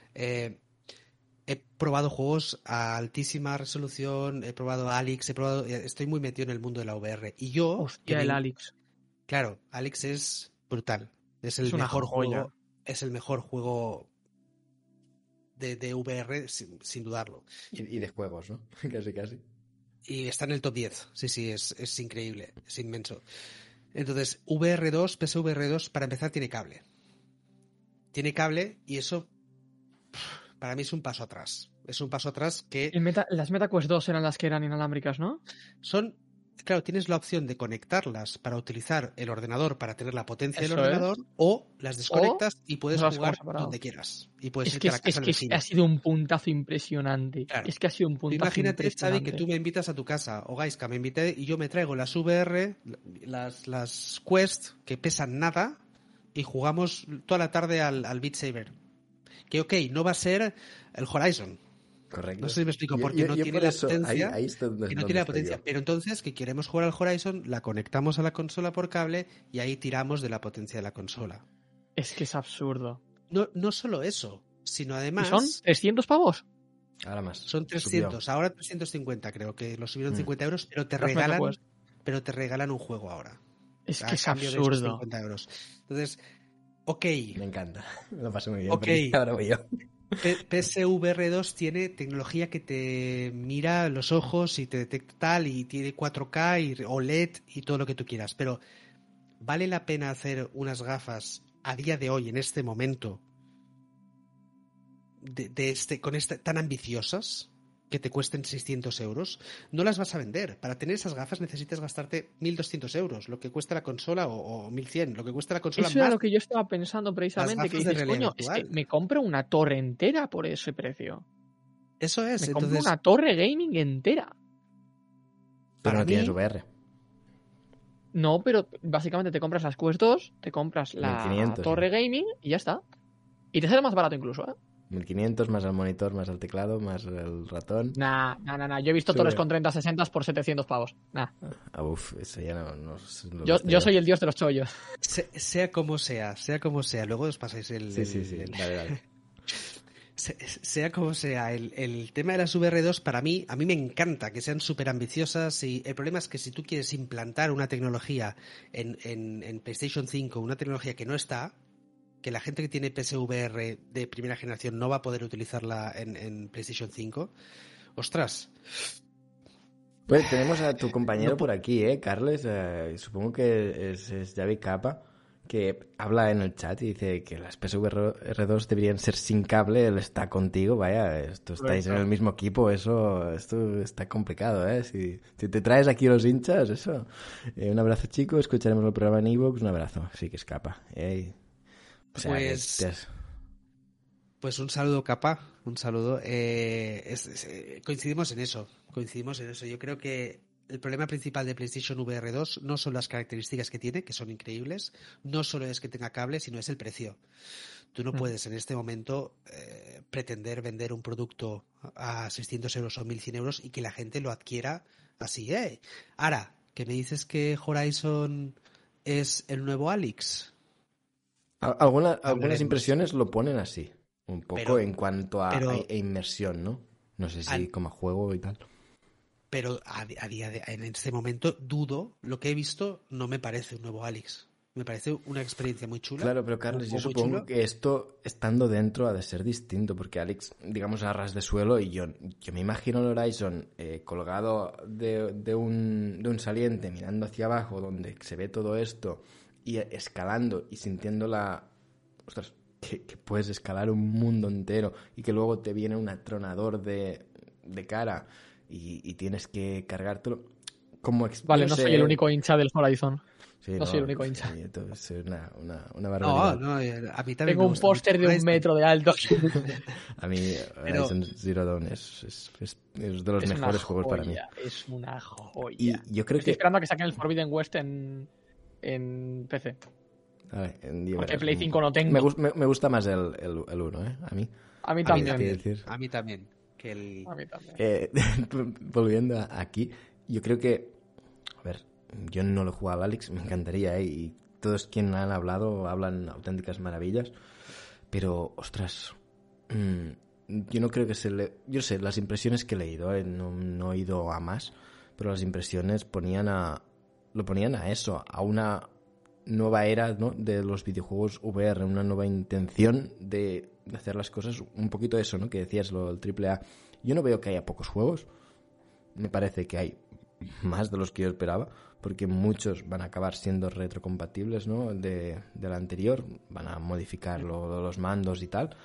He probado juegos a altísima resolución, he probado Alyx, estoy muy metido en el mundo de la VR. Y yo... Hostia, el Alyx. Claro, Alyx es brutal. Es el mejor juego. Es el mejor juego de VR, sin dudarlo. Y de juegos, ¿no? Casi. Y está en el top 10. Sí, es increíble, es inmenso. Entonces, VR2, PSVR2, para empezar, tiene cable. Tiene cable y eso, para mí, es un paso atrás. Es un paso atrás que... Las Meta Quest 2 eran las que eran inalámbricas, ¿no? Claro, tienes la opción de conectarlas para utilizar el ordenador para tener la potencia del ordenador, o las desconectas y puedes jugar donde quieras. Y puedes irte a la casa del vecino. Ha sido un puntazo impresionante. Claro. Es que ha sido un puntazo impresionante. Imagínate, Xavi, que tú me invitas a tu casa, o Gaiska me invité y yo me traigo las VR, las Quest, que pesan nada, y jugamos toda la tarde al Beat Saber. Que ok, no va a ser el Horizon. Correcto. No sé si me explico, porque no tiene la potencia. No tiene la potencia. Pero entonces, que queremos jugar al Horizon, la conectamos a la consola por cable y ahí tiramos de la potencia de la consola. Es que es absurdo. No solo eso, sino además... ¿Y son 300 pavos? Ahora más. Son 300, subió. Ahora 350 creo, que lo subieron 50 euros, pero te regalan un juego ahora. Es que es absurdo. 50 euros. Entonces, ok. Me encanta. Me lo pasé muy bien. Ok. Ahora voy yo. PSVR 2 tiene tecnología que te mira los ojos y te detecta tal, y tiene 4K y OLED y todo lo que tú quieras, pero ¿vale la pena hacer unas gafas a día de hoy, en este momento, tan ambiciosas, que te cuesten 600 euros, no las vas a vender. Para tener esas gafas necesitas gastarte 1.200 euros, lo que cuesta la consola, o 1.100, lo que cuesta la consola. Eso más era lo que yo estaba pensando precisamente, que dices, coño, es que me compro una torre entera por ese precio. Eso es. Me compro una torre gaming entera. Pero no tienes VR. No, pero básicamente te compras las Quest 2, te compras la 1500, torre gaming y ya está. Y te sale más barato incluso, ¿eh? 1500 más el monitor, más el teclado, más el ratón. Nah. Yo he visto torres con 3060 por 700 pavos. Nah. Eso ya no yo soy el dios de los chollos. Sea como sea. Luego os pasáis el... Sí. Vale. Sea como sea, el tema de las VR2 a mí me encanta que sean súper ambiciosas, y el problema es que si tú quieres implantar una tecnología en PlayStation 5, una tecnología que no está, que la gente que tiene PSVR de primera generación no va a poder utilizarla en PlayStation 5, ostras. Pues tenemos a tu compañero por aquí, Carles, supongo que es Javi Capa, que habla en el chat y dice que las PSVR2 deberían ser sin cable, él está contigo, vaya, estáis en el mismo equipo, esto está complicado, Si te traes aquí los hinchas, eso. Un abrazo, chicos, escucharemos el programa en iVoox, un abrazo, sí que escapa. O sea, pues un saludo, Capa, un saludo. Coincidimos en eso. Yo creo que el problema principal de PlayStation VR 2 no son las características que tiene, que son increíbles, no solo es que tenga cable, sino es el precio. Tú no puedes en este momento pretender vender un producto a 600 euros o 1.100 euros y que la gente lo adquiera así. Ahora, que me dices que Horizon es el nuevo Alyx. Algunas impresiones lo ponen así, un poco en cuanto a inmersión, ¿no? No sé si como juego y tal. Pero en este momento dudo, lo que he visto no me parece un nuevo Alyx. Me parece una experiencia muy chula. Claro, pero Carlos, yo supongo que esto, estando dentro, ha de ser distinto, porque Alyx, digamos, a ras de suelo, y yo me imagino el Horizon colgado de un saliente, mirando hacia abajo, donde se ve todo esto, y escalando y sintiendo ostras, que puedes escalar un mundo entero y que luego te viene un atronador de cara y tienes que cargártelo. Vale, no soy el único hincha del Horizon. Sí, no soy el único hincha. Sí, es una barbaridad. No, a mí también tengo un póster de 1 metro de alto. A mí Horizon Zero Dawn es de los mejores juegos para mí. Es una joya. Y yo creo Estoy esperando a que saquen el Forbidden West en PC. Vale, porque Play 5 no tengo. Me gusta más el 1, A mí. A mí también. A mí también. A mí también. Volviendo aquí, yo creo que... A ver, yo no lo he jugado al Alyx, me encantaría, y todos quienes han hablado hablan auténticas maravillas, pero, ostras, yo no creo que yo sé, las impresiones que he leído, no he ido a más, pero las impresiones lo ponían a eso, a una nueva era, ¿no?, de los videojuegos VR, una nueva intención de hacer las cosas, un poquito eso, ¿no?, que decías, lo del AAA. Yo no veo que haya pocos juegos, me parece que hay más de los que yo esperaba, porque muchos van a acabar siendo retrocompatibles, ¿no?, del anterior, van a modificar los mandos y tal.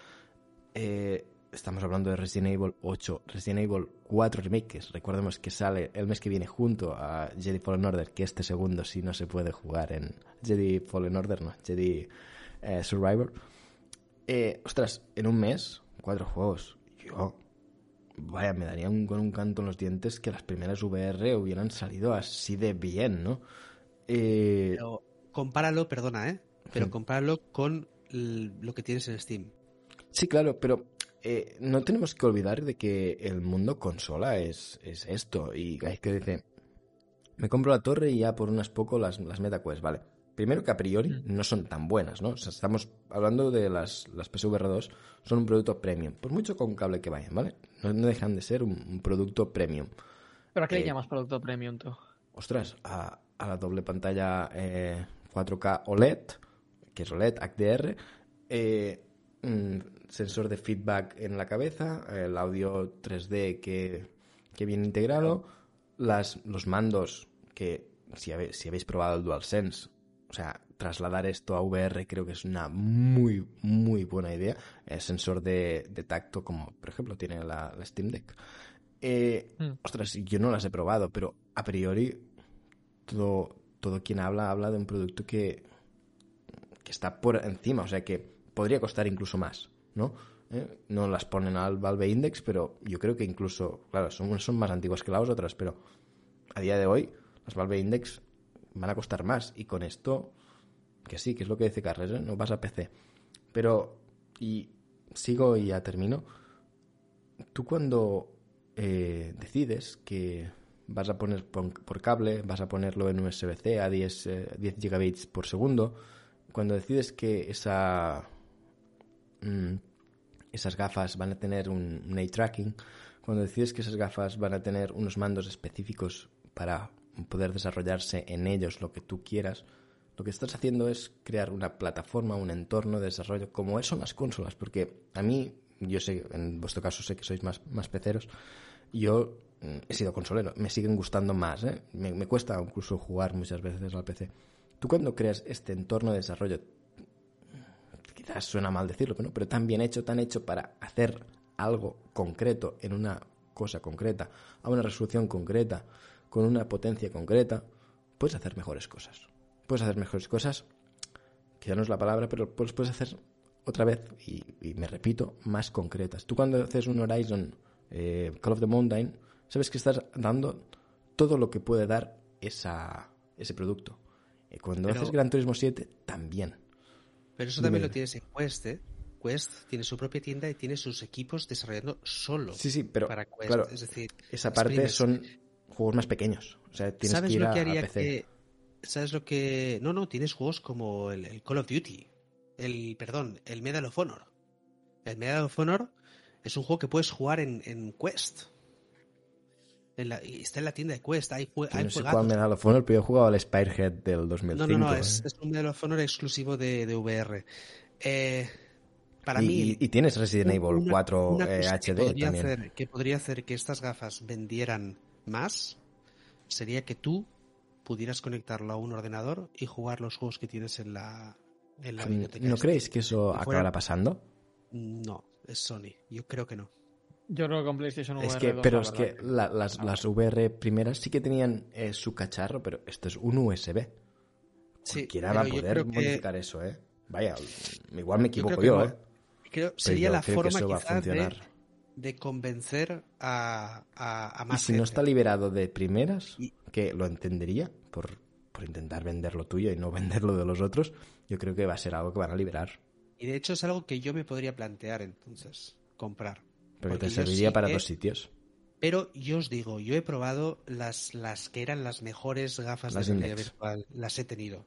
Estamos hablando de Resident Evil 8, Resident Evil 4 Remake, recordemos que sale el mes que viene junto a Jedi Fallen Order, que este segundo sí no se puede jugar en Jedi Fallen Order, no, Jedi Survivor. Ostras, en un mes, 4 juegos. Vaya, me daría con un canto en los dientes que las primeras VR hubieran salido así de bien, ¿no? Pero compáralo, perdona, pero compáralo con lo que tienes en Steam. Sí, claro, pero no tenemos que olvidar de que el mundo consola es esto. Y hay que decir, me compro la torre y ya por unas poco las MetaQuest, vale. Primero que a priori no son tan buenas, ¿no? O sea, estamos hablando de las PSVR 2, son un producto premium. Por mucho con cable que vayan, ¿vale? No dejan de ser un producto premium. ¿Pero a qué le llamas producto premium tú? Ostras, a la doble pantalla 4K OLED, que es OLED, HDR, sensor de feedback en la cabeza, el audio 3D que viene integrado, los mandos que, si habéis probado el DualSense, o sea, trasladar esto a VR creo que es una muy, muy buena idea. El sensor de tacto, como por ejemplo tiene la Steam Deck. Ostras, yo no las he probado, pero a priori todo quien habla de un producto que está por encima, o sea que podría costar incluso más, ¿no? No las ponen al Valve Index, pero yo creo que incluso, claro, son más antiguas que las otras, pero a día de hoy las Valve Index van a costar más, y con esto, que sí, que es lo que dice Carles, no vas a PC. Pero, y sigo y ya termino, tú cuando decides que vas a poner por cable, vas a ponerlo en USB-C a 10 gigabits por segundo, cuando decides que esas gafas van a tener un eye tracking, cuando decides que esas gafas van a tener unos mandos específicos para poder desarrollarse en ellos lo que tú quieras, lo que estás haciendo es crear una plataforma, un entorno de desarrollo como son las consolas, porque a mí, yo sé, en vuestro caso sé que sois más peceros, yo he sido consolero, me siguen gustando más, me cuesta incluso jugar muchas veces al PC. Tú cuando creas este entorno de desarrollo, quizás suena mal decirlo, pero tan bien hecho, tan hecho para hacer algo concreto en una cosa concreta, a una resolución concreta, con una potencia concreta, puedes hacer mejores cosas. Puedes hacer mejores cosas, que ya no es la palabra, pero puedes hacer otra vez, y me repito, más concretas. Tú cuando haces un Horizon Call of the Mountain, sabes que estás dando todo lo que puede dar ese producto. Cuando haces Gran Turismo 7, también. Pero eso también lo tienes en Quest, ¿eh? Quest tiene su propia tienda y tiene sus equipos desarrollando solo pero para Quest. Claro, es decir, esa parte son juegos más pequeños. O sea, tienes que ir a PC. ¿Sabes lo que...? No, tienes juegos como el Call of Duty. El Medal of Honor. El Medal of Honor es un juego que puedes jugar en Quest. Está en la tienda de Quest. Hay no sé cuál Medal of Honor, pero yo he jugado al Spirehead del 2005. No, es un Medal of Honor exclusivo de VR. Para mí... Y tienes Resident Evil 4 HD también. Que podría hacer que estas gafas vendieran más sería que tú pudieras conectarlo a un ordenador y jugar los juegos que tienes en la biblioteca. ¿No creéis que eso acabará pasando? No, es Sony. Yo creo que no. Yo creo que con PlayStation VR 2, pero es que las VR primeras sí que tenían su cacharro, pero esto es un USB. Sí, Cualquiera va a poder modificar eso, ¿eh? Vaya, igual me equivoco yo, ¿eh? Sería la forma quizás de convencer a más gente. Y si gente. no está liberado de primeras, que lo entendería por intentar vender lo tuyo y no vender lo de los otros, yo creo que va a ser algo que van a liberar. Y de hecho es algo que yo me podría plantear entonces, comprar. Pero te serviría para 2 sitios. Pero yo os digo, yo he probado las que eran las mejores gafas de realidad virtual. Las he tenido.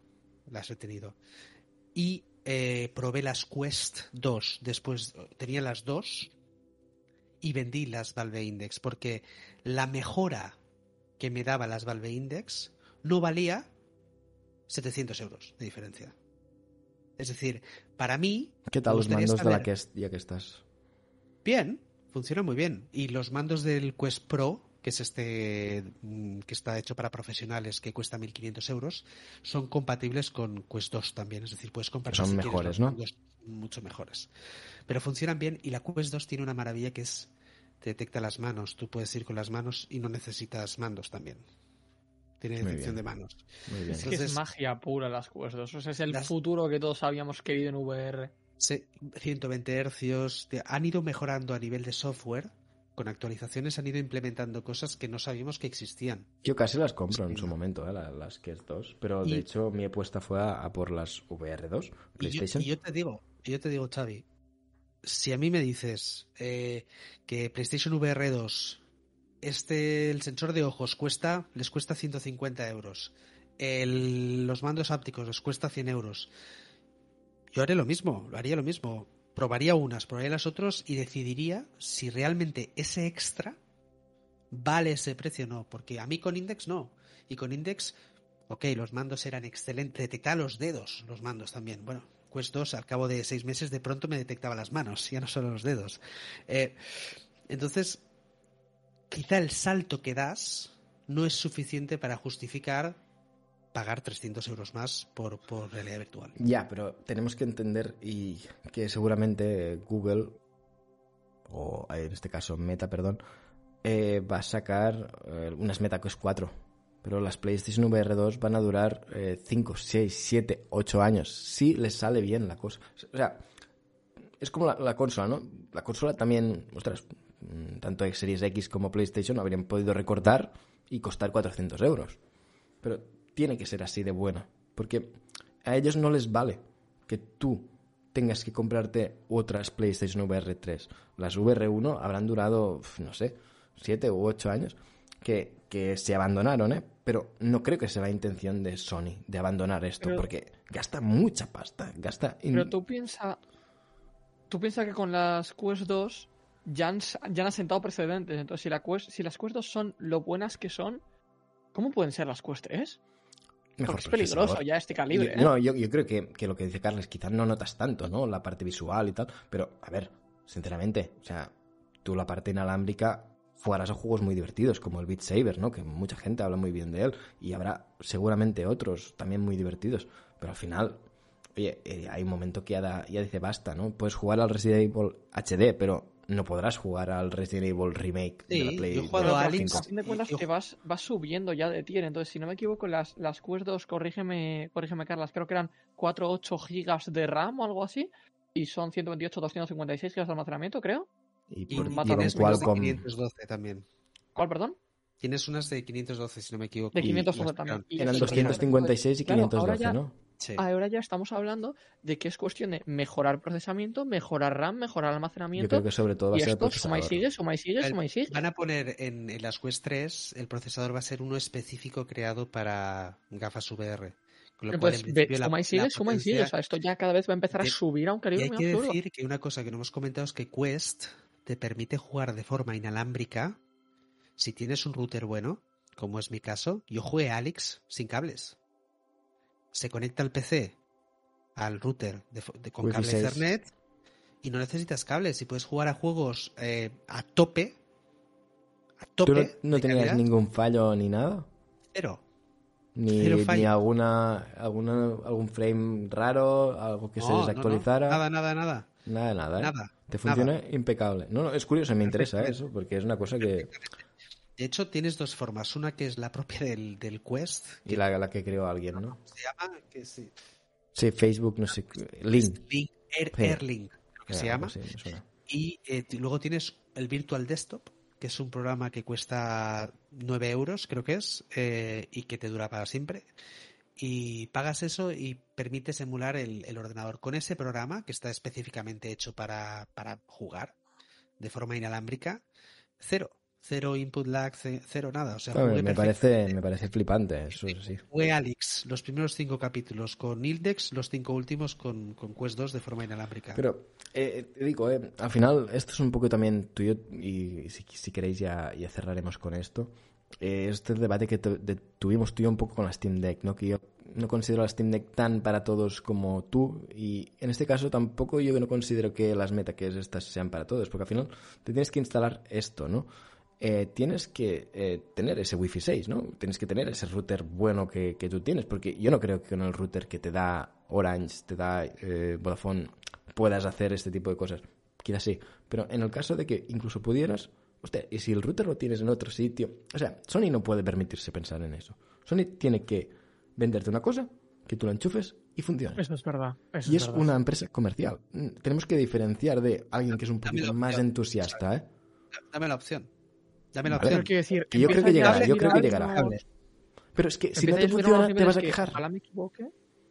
Y probé las Quest 2. Después tenía las 2 y vendí las Valve Index. Porque la mejora que me daba las Valve Index no valía 700 euros de diferencia. Es decir, para mí... ¿Qué tal los mandos de la Quest, ya que estás? Bien, funciona muy bien. Y los mandos del Quest Pro, que es que está hecho para profesionales, que cuesta 1.500 euros, son compatibles con Quest 2 también. Es decir, puedes comprar... Son mejores, ¿no? Mucho mejores. Pero funcionan bien, y la Quest 2 tiene una maravilla que es... te detecta las manos. Tú puedes ir con las manos y no necesitas mandos también. Tiene detección de manos. Muy bien. Es que es magia pura las Quest 2. O sea, es el futuro que todos habíamos querido en VR. 120 hercios. Han ido mejorando a nivel de software. Con actualizaciones han ido implementando cosas que no sabíamos que existían. Yo casi las compro en su momento, las Quest 2. Pero de hecho mi apuesta fue a por las VR 2, PlayStation. Y yo te digo, Xavi, si a mí me dices que PlayStation VR 2... el sensor de ojos les cuesta 150 euros. Los mandos ápticos les cuesta 100 euros. Yo haría lo mismo. Probaría probaría las otras y decidiría si realmente ese extra vale ese precio o no. Porque a mí con Index no. Y con Index, los mandos eran excelentes. Detectaba los dedos, los mandos también. Bueno, Quest 2 al cabo de 6 meses de pronto me detectaba las manos, ya no solo los dedos. Entonces... quizá el salto que das no es suficiente para justificar pagar 300 euros más por realidad virtual. Ya, pero tenemos que entender y que seguramente Google, o en este caso Meta, perdón, va a sacar unas MetaQuest 4, pero las PlayStation VR 2 van a durar 5, 6, 7, 8 años, si les sale bien la cosa. O sea, es como la consola, ¿no? La consola también, ostras, tanto Series X como PlayStation habrían podido recortar y costar 400 euros. Pero tiene que ser así de buena, porque a ellos no les vale que tú tengas que comprarte otras PlayStation VR 3. Las VR 1 habrán durado, no sé, 7 u 8 años, que se abandonaron, ¿eh? Pero no creo que sea la intención de Sony de abandonar esto, porque gasta mucha pasta. Pero tú piensa que con las Quest 2 ya han asentado precedentes. Entonces, si las Quest 2 son lo buenas que son, ¿cómo pueden ser las Quest 3? Mejor porque es peligroso ya este calibre. No, yo creo que lo que dice Carles, quizás no notas tanto, ¿no? La parte visual y tal, pero, a ver, sinceramente, o sea, tú la parte inalámbrica jugarás a juegos muy divertidos, como el Beat Saber, ¿no? Que mucha gente habla muy bien de él, y habrá seguramente otros también muy divertidos, pero al final, oye, hay un momento que ya dice basta, ¿no? Puedes jugar al Resident Evil HD, pero no podrás jugar al Resident Evil Remake de la Play. Yo he jugado a Alex, a fin de cuentas que vas subiendo ya de tier. Entonces, si no me equivoco, las Quest 2, corrígeme Carlas, creo que eran 4 o 8 gigas de RAM o algo así, y son 128 256 gigas de almacenamiento, creo. Y tienes unas de 512 también. ¿Cuál, perdón? Tienes unas de 512, si no me equivoco. De 512 también. Eran 256 y 512, claro, ¿no? Sí. Ahora ya estamos hablando de que es cuestión de mejorar procesamiento, mejorar RAM, mejorar almacenamiento. Yo creo que sobre todo va a ser el procesador. Suma y sigue. Van a poner en las Quest 3, el procesador va a ser uno específico creado para gafas VR. Con lo cual, suma y sigue. O sea, esto ya cada vez va a empezar a subir a un calibre muy absurdo. Hay que decir que una cosa que no hemos comentado es que Quest te permite jugar de forma inalámbrica si tienes un router bueno, como es mi caso. Yo jugué a Alex sin cables. Se conecta al PC al router con cable Ethernet y no necesitas cables y puedes jugar a juegos a tope. ¿Tú no tenías ningún fallo ni nada? Cero. Ni algún frame raro, algo que se desactualizara. Nada. Nada. Te funciona impecable. No, es curioso, me interesa eso, porque es una cosa que... De hecho, tienes dos formas. Una que es la propia del Quest. Y la que creó alguien, ¿no? Se llama... Sí. Sí, Facebook, no sé... Link. Airlink, creo que se llama. Sí, me suena. Y luego tienes el Virtual Desktop, que es un programa que cuesta 9 euros, creo que es, y que te dura para siempre. Y pagas eso y permites emular el ordenador. Con ese programa, que está específicamente hecho para jugar de forma inalámbrica, cero input lag, cero nada. O sea, me parece flipante, eso sí. Jugué Alex los primeros 5 capítulos con Ildex, los 5 últimos con Quest 2 de forma inalámbrica. Pero, te digo, al final, esto es un poco también tuyo, y si queréis ya cerraremos con esto. Este debate que tuvimos tú y yo un poco con la Steam Deck, ¿no? Que yo no considero la Steam Deck tan para todos como tú, y en este caso tampoco yo no considero que las MetaQuest estas sean para todos, porque al final te tienes que instalar esto, ¿no? Tienes que tener ese Wi-Fi 6, ¿no? Tienes que tener ese router bueno que tú tienes, porque yo no creo que con el router que te da Orange, te da Vodafone, puedas hacer este tipo de cosas. Quizás sí, pero en el caso de que incluso pudieras, hostia, y si el router lo tienes en otro sitio, o sea, Sony no puede permitirse pensar en eso. Sony tiene que venderte una cosa, que tú la enchufes y funcione. Eso es verdad. Y es una empresa comercial. Tenemos que diferenciar de alguien que es un poquito más entusiasta, ¿eh? Dame la opción. Pero quiero decir, que yo creo que llegará. Pero es que si no te funciona, te vas a quejar. Ojalá me equivoque.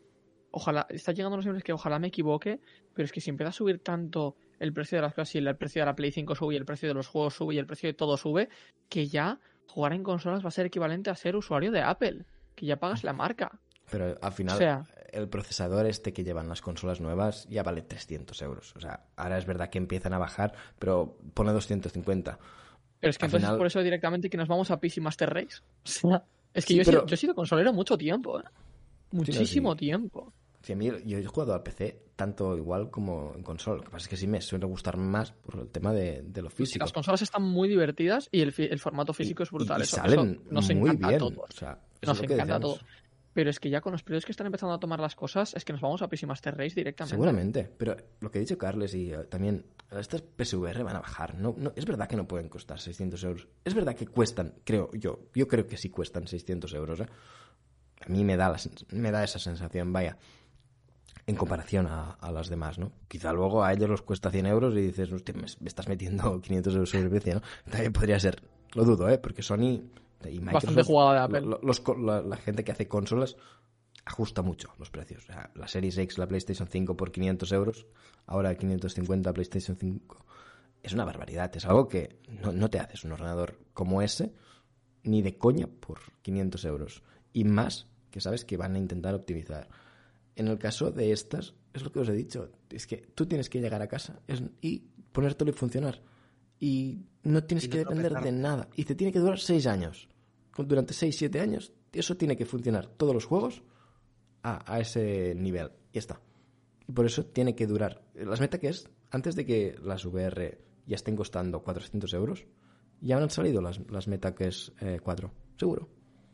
Está llegando a los niveles que ojalá me equivoque, pero es que si empieza a subir tanto el precio de las cosas y el precio de la Play 5 sube y el precio de los juegos sube y el precio de todo sube, que ya jugar en consolas va a ser equivalente a ser usuario de Apple, que ya pagas la marca. Pero al final, el procesador que llevan las consolas nuevas ya vale 300 euros. O sea, ahora es verdad que empiezan a bajar, pero pone 250. Pero es que entonces es por eso directamente que nos vamos a PC Master Race. O sea, es que yo he sido consolero mucho tiempo, ¿eh? Muchísimo tiempo. Sí, a mí yo he jugado al PC tanto igual como en consola. Lo que pasa es que sí me suele gustar más por el tema de lo físico. Las consolas están muy divertidas y el formato físico es brutal. Y salen eso nos muy encanta bien. A todos. O sea, nos encanta a todos. Pero es que ya con los periodos que están empezando a tomar las cosas, es que nos vamos a PC Master Race directamente. Seguramente, pero lo que ha dicho Carles y también, estas PSVR van a bajar. No, es verdad que no pueden costar 600 euros. Es verdad que cuestan, creo yo creo que sí cuestan 600 euros. A mí me da esa sensación, vaya, en comparación a las demás, ¿no? Quizá luego a ellos los cuesta 100 euros y dices, hostia, me estás metiendo 500 euros sobre el precio, ¿no? También podría ser, lo dudo, porque Sony y Microsoft, bastante jugada de Apple. La gente que hace consolas ajusta mucho los precios. O sea, la Series X, la PlayStation 5 por 500 euros, ahora 550 PlayStation 5. Es una barbaridad. Es algo que no te haces un ordenador como ese ni de coña por 500 euros. Y más que sabes que van a intentar optimizar. En el caso de estas, es lo que os he dicho. Es que tú tienes que llegar a casa y ponértelo y funcionar. Y no tienes que depender de nada. Y te tiene que durar 6 años. Durante 6-7 años, eso tiene que funcionar. Todos los juegos a ese nivel. Y está. Y por eso tiene que durar. Las meta que es, antes de que las VR ya estén costando 400 euros, ya han salido las meta que es 4. Seguro.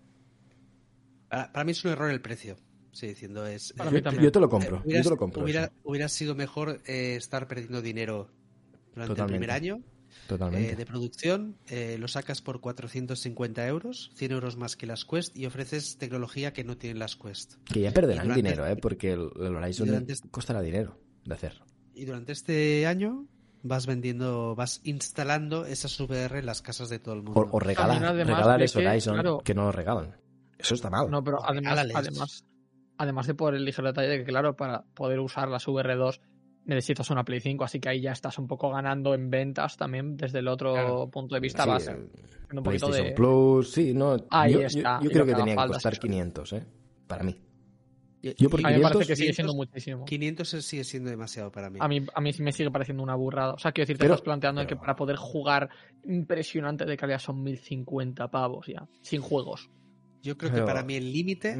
Para mí es un error el precio. Sí, diciendo es. Para mí también. Yo te lo compro. Hubiera sido mejor estar perdiendo dinero durante Totalmente. el primer año. Totalmente. De producción, lo sacas por 450 euros, 100 euros más que las Quest, y ofreces tecnología que no tienen las Quest. Que ya perderán dinero, porque el Horizon costará dinero de hacer. Y durante este año vas instalando esas VR en las casas de todo el mundo. O regalar ese Horizon, claro, que no lo regalan. Eso está mal. No, pero además de por el ligero detalle de que, claro, para poder usar las VR2 necesitas una Play 5, así que ahí ya estás un poco ganando en ventas también desde el otro punto de vista. Sí, base. Un poquito PlayStation de Plus, sí, no. Ahí yo está. Yo creo que tenía que costar 500, para mí. Yo por a mí me 500, parece que sigue siendo muchísimo. 500 sigue siendo demasiado para mí. A mí sí me sigue pareciendo una burrada. O sea, quiero decir, te estás planteando que para poder jugar impresionante de calidad son 1050 pavos ya, sin juegos. Yo creo que para mí el límite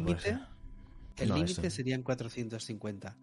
serían 450.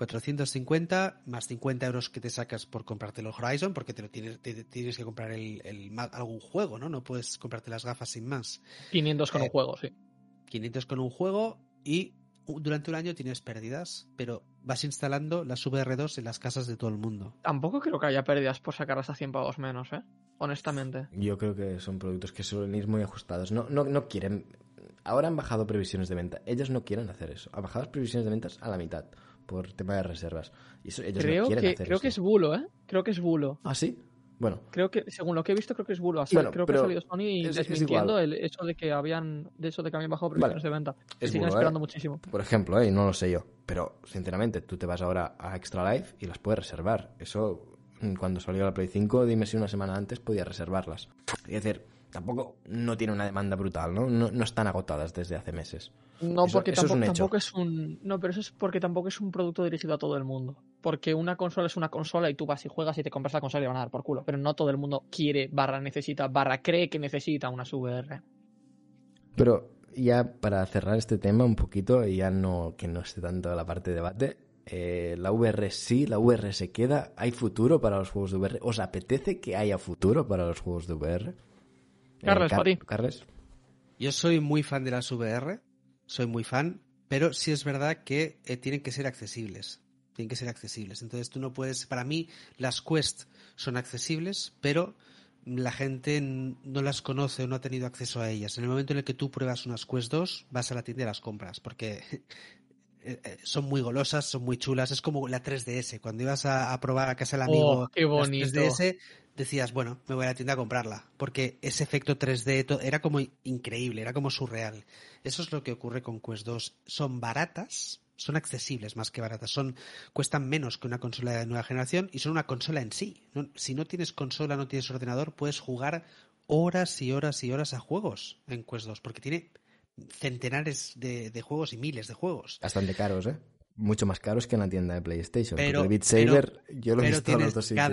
450 más 50 euros que te sacas por comprarte el Horizon, porque te tienes que comprar algún juego, ¿no? No puedes comprarte las gafas sin más. 500 con un juego, sí. 500 con un juego y durante un año tienes pérdidas, pero vas instalando las VR2 en las casas de todo el mundo. Tampoco creo que haya pérdidas por sacarlas a 100 pavos menos, honestamente. Yo creo que son productos que suelen ir muy ajustados. No quieren. Ahora han bajado previsiones de venta. Ellos no quieren hacer eso. Han bajado las previsiones de ventas a la mitad por tema de reservas. Y eso, ellos no quieren hacer creo que es bulo, Creo que es bulo. ¿Ah, sí? Bueno. Creo que, según lo que he visto, creo que es bulo. Creo que ha salido Sony desmintiendo eso de que habían bajado previsiones de venta. Es siguen bulo, esperando muchísimo. Por ejemplo, no lo sé yo. Pero, sinceramente, tú te vas ahora a Extra Life y las puedes reservar. Eso, cuando salió la Play 5, dime si una semana antes podías reservarlas. Es decir, tampoco no tiene una demanda brutal, ¿no? No están agotadas desde hace meses. No, porque eso tampoco es un... No, pero eso es porque tampoco es un producto dirigido a todo el mundo. Porque una consola es una consola y tú vas y juegas y te compras la consola y le van a dar por culo. Pero no todo el mundo quiere, necesita, cree que necesita unas VR. Pero ya para cerrar este tema un poquito, y ya que no esté tanto la parte de debate, la VR sí, la VR se queda. ¿Hay futuro para los juegos de VR? ¿Os apetece que haya futuro para los juegos de VR? Carles, para ti. Carles. Yo soy muy fan de las VR, soy muy fan, pero sí es verdad que tienen que ser accesibles. Tienen que ser accesibles. Entonces tú no puedes... Para mí las Quest son accesibles, pero la gente no las conoce o no ha tenido acceso a ellas. En el momento en el que tú pruebas unas Quest 2, vas a la tienda y las compras, porque son muy golosas, son muy chulas. Es como la 3DS. Cuando ibas a probar a casa del amigo qué bonito. las 3DS, decías, bueno, me voy a la tienda a comprarla, porque ese efecto 3D era como increíble, era como surreal. Eso es lo que ocurre con Quest 2. Son baratas, son accesibles más que baratas, cuestan menos que una consola de nueva generación y son una consola en sí. Si no tienes consola, no tienes ordenador, puedes jugar horas y horas y horas a juegos en Quest 2, porque tiene centenares de juegos y miles de juegos. Bastante caros, mucho más caros que en la tienda de PlayStation. Pero el Beat Saber, yo lo he visto en los dos sitios.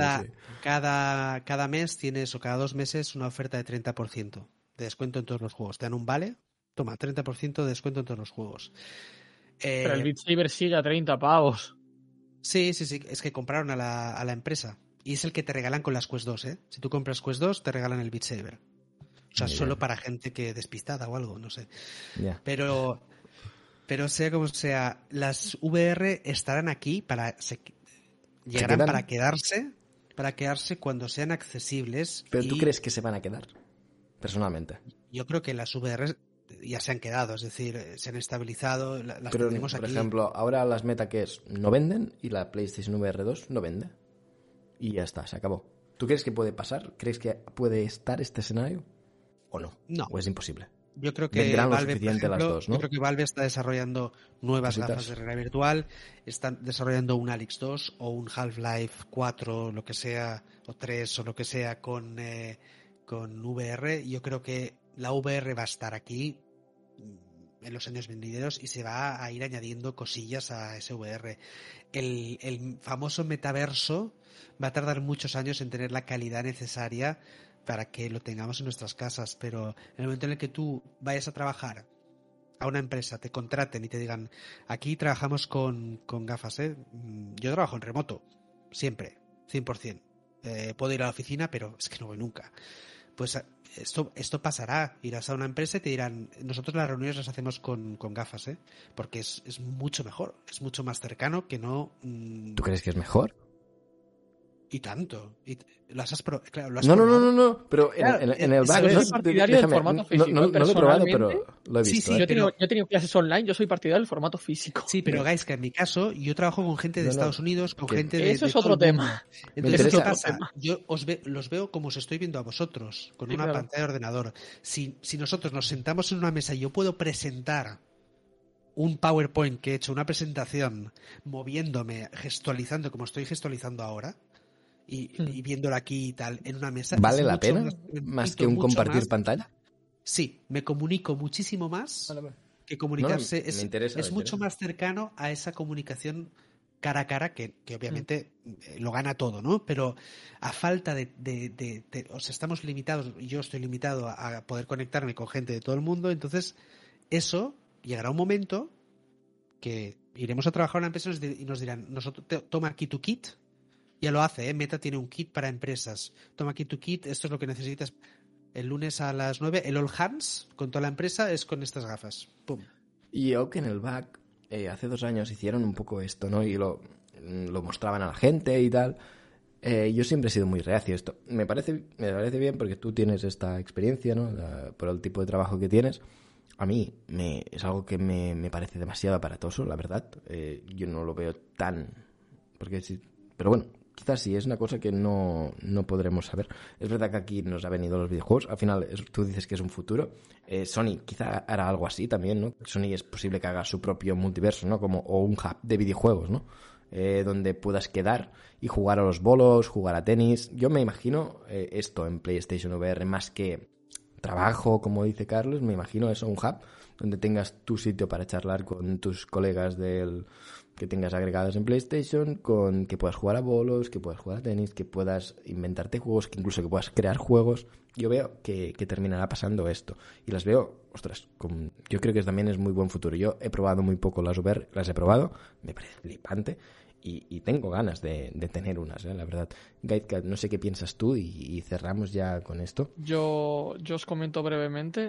Cada mes tienes, o cada 2 meses, una oferta de 30% de descuento en todos los juegos. Te dan un vale, toma, 30% de descuento en todos los juegos. Pero el Beat Saber sigue a 30 pavos. Sí, es que compraron a la empresa. Y es el que te regalan con las Quest 2, Si tú compras Quest 2, te regalan el Beat Saber. O sea, solo para gente que despistada o algo, no sé. Yeah. Pero Pero sea como sea, las VR estarán aquí llegarán para quedarse cuando sean accesibles. ¿Pero tú crees que se van a quedar? Personalmente. Yo creo que las VR ya se han quedado, es decir, se han estabilizado, las Pero, tenemos por aquí. ejemplo, ahora las Meta que es no venden y la PlayStation VR 2 no vende. Y ya está, se acabó. ¿Tú crees que puede pasar? ¿Crees que puede estar este escenario? ¿O no? No. ¿O es imposible? Yo creo que Vendrán lo Valve, suficiente por ejemplo, las dos, ¿no? Yo creo que Valve está desarrollando nuevas Cositas. gafas de realidad virtual, están desarrollando un Alyx 2 o un Half-Life 4, lo que sea, o 3 o lo que sea con VR. Yo creo que la VR va a estar aquí en los años venideros y se va a ir añadiendo cosillas a ese VR. El famoso metaverso va a tardar muchos años en tener la calidad necesaria para que lo tengamos en nuestras casas, pero en el momento en el que tú vayas a trabajar a una empresa, te contraten y te digan, aquí trabajamos con gafas, yo trabajo en remoto, siempre, 100%. Puedo ir a la oficina, pero es que no voy nunca. Pues esto pasará, irás a una empresa y te dirán, nosotros las reuniones las hacemos con gafas, porque es mucho mejor, es mucho más cercano que no... ¿Tú crees que es mejor? Y tanto. Y claro, No, pero claro, en el back... Yo soy partidario del formato físico. No lo he probado, pero lo he visto. Sí, yo he tenido clases online, yo soy partidario del formato físico. Sí, pero guys, que en mi caso, yo trabajo con gente de Estados Unidos, con gente de... Eso es otro tema. Entonces, ¿qué pasa? Yo los veo como os estoy viendo a vosotros, con una pantalla de ordenador. Si nosotros nos sentamos en una mesa y yo puedo presentar un PowerPoint que he hecho, una presentación, moviéndome, gestualizando como estoy gestualizando ahora, y viéndolo aquí y tal, en una mesa... ¿Vale la pena? ¿Más que un compartir pantalla? Sí, me comunico muchísimo más que comunicarse. Es mucho más cercano a esa comunicación cara a cara, que obviamente lo gana todo, ¿no? Pero a falta o sea, estamos limitados, yo estoy limitado a poder conectarme con gente de todo el mundo, entonces eso llegará un momento que iremos a trabajar en una empresa y nos dirán, toma aquí tu kit. Ya lo hace, Meta tiene un kit para empresas. Toma aquí tu kit, esto es lo que necesitas. El lunes a las 9, el All Hands con toda la empresa es con estas gafas. ¡Pum! Y yo que en el back, hace 2 años hicieron un poco esto, ¿no? Y lo mostraban a la gente y tal. Yo siempre he sido muy reacio a esto. Me parece bien porque tú tienes esta experiencia, ¿no? Por el tipo de trabajo que tienes. A mí es algo que me parece demasiado aparatoso, la verdad. Yo no lo veo tan... Pero bueno, quizás sí, es una cosa que no podremos saber. Es verdad que aquí nos ha venido los videojuegos. Al final, tú dices que es un futuro. Sony quizá hará algo así también, ¿no? Sony es posible que haga su propio multiverso, ¿no? O un hub de videojuegos, ¿no? Donde puedas quedar y jugar a los bolos, jugar a tenis. Yo me imagino esto en PlayStation VR más que trabajo, como dice Carlos. Me imagino eso, un hub donde tengas tu sitio para charlar con tus colegas que tengas agregados en PlayStation, con que puedas jugar a bolos, que puedas jugar a tenis, que puedas inventarte juegos, que incluso que puedas crear juegos. Yo veo que terminará pasando esto. Y las veo, ostras, yo creo que también es muy buen futuro. Yo he probado muy poco las VR, las he probado, me parece flipante. Y tengo ganas de tener unas, la verdad. Guidecat, no sé qué piensas tú y cerramos ya con esto. Yo os comento brevemente.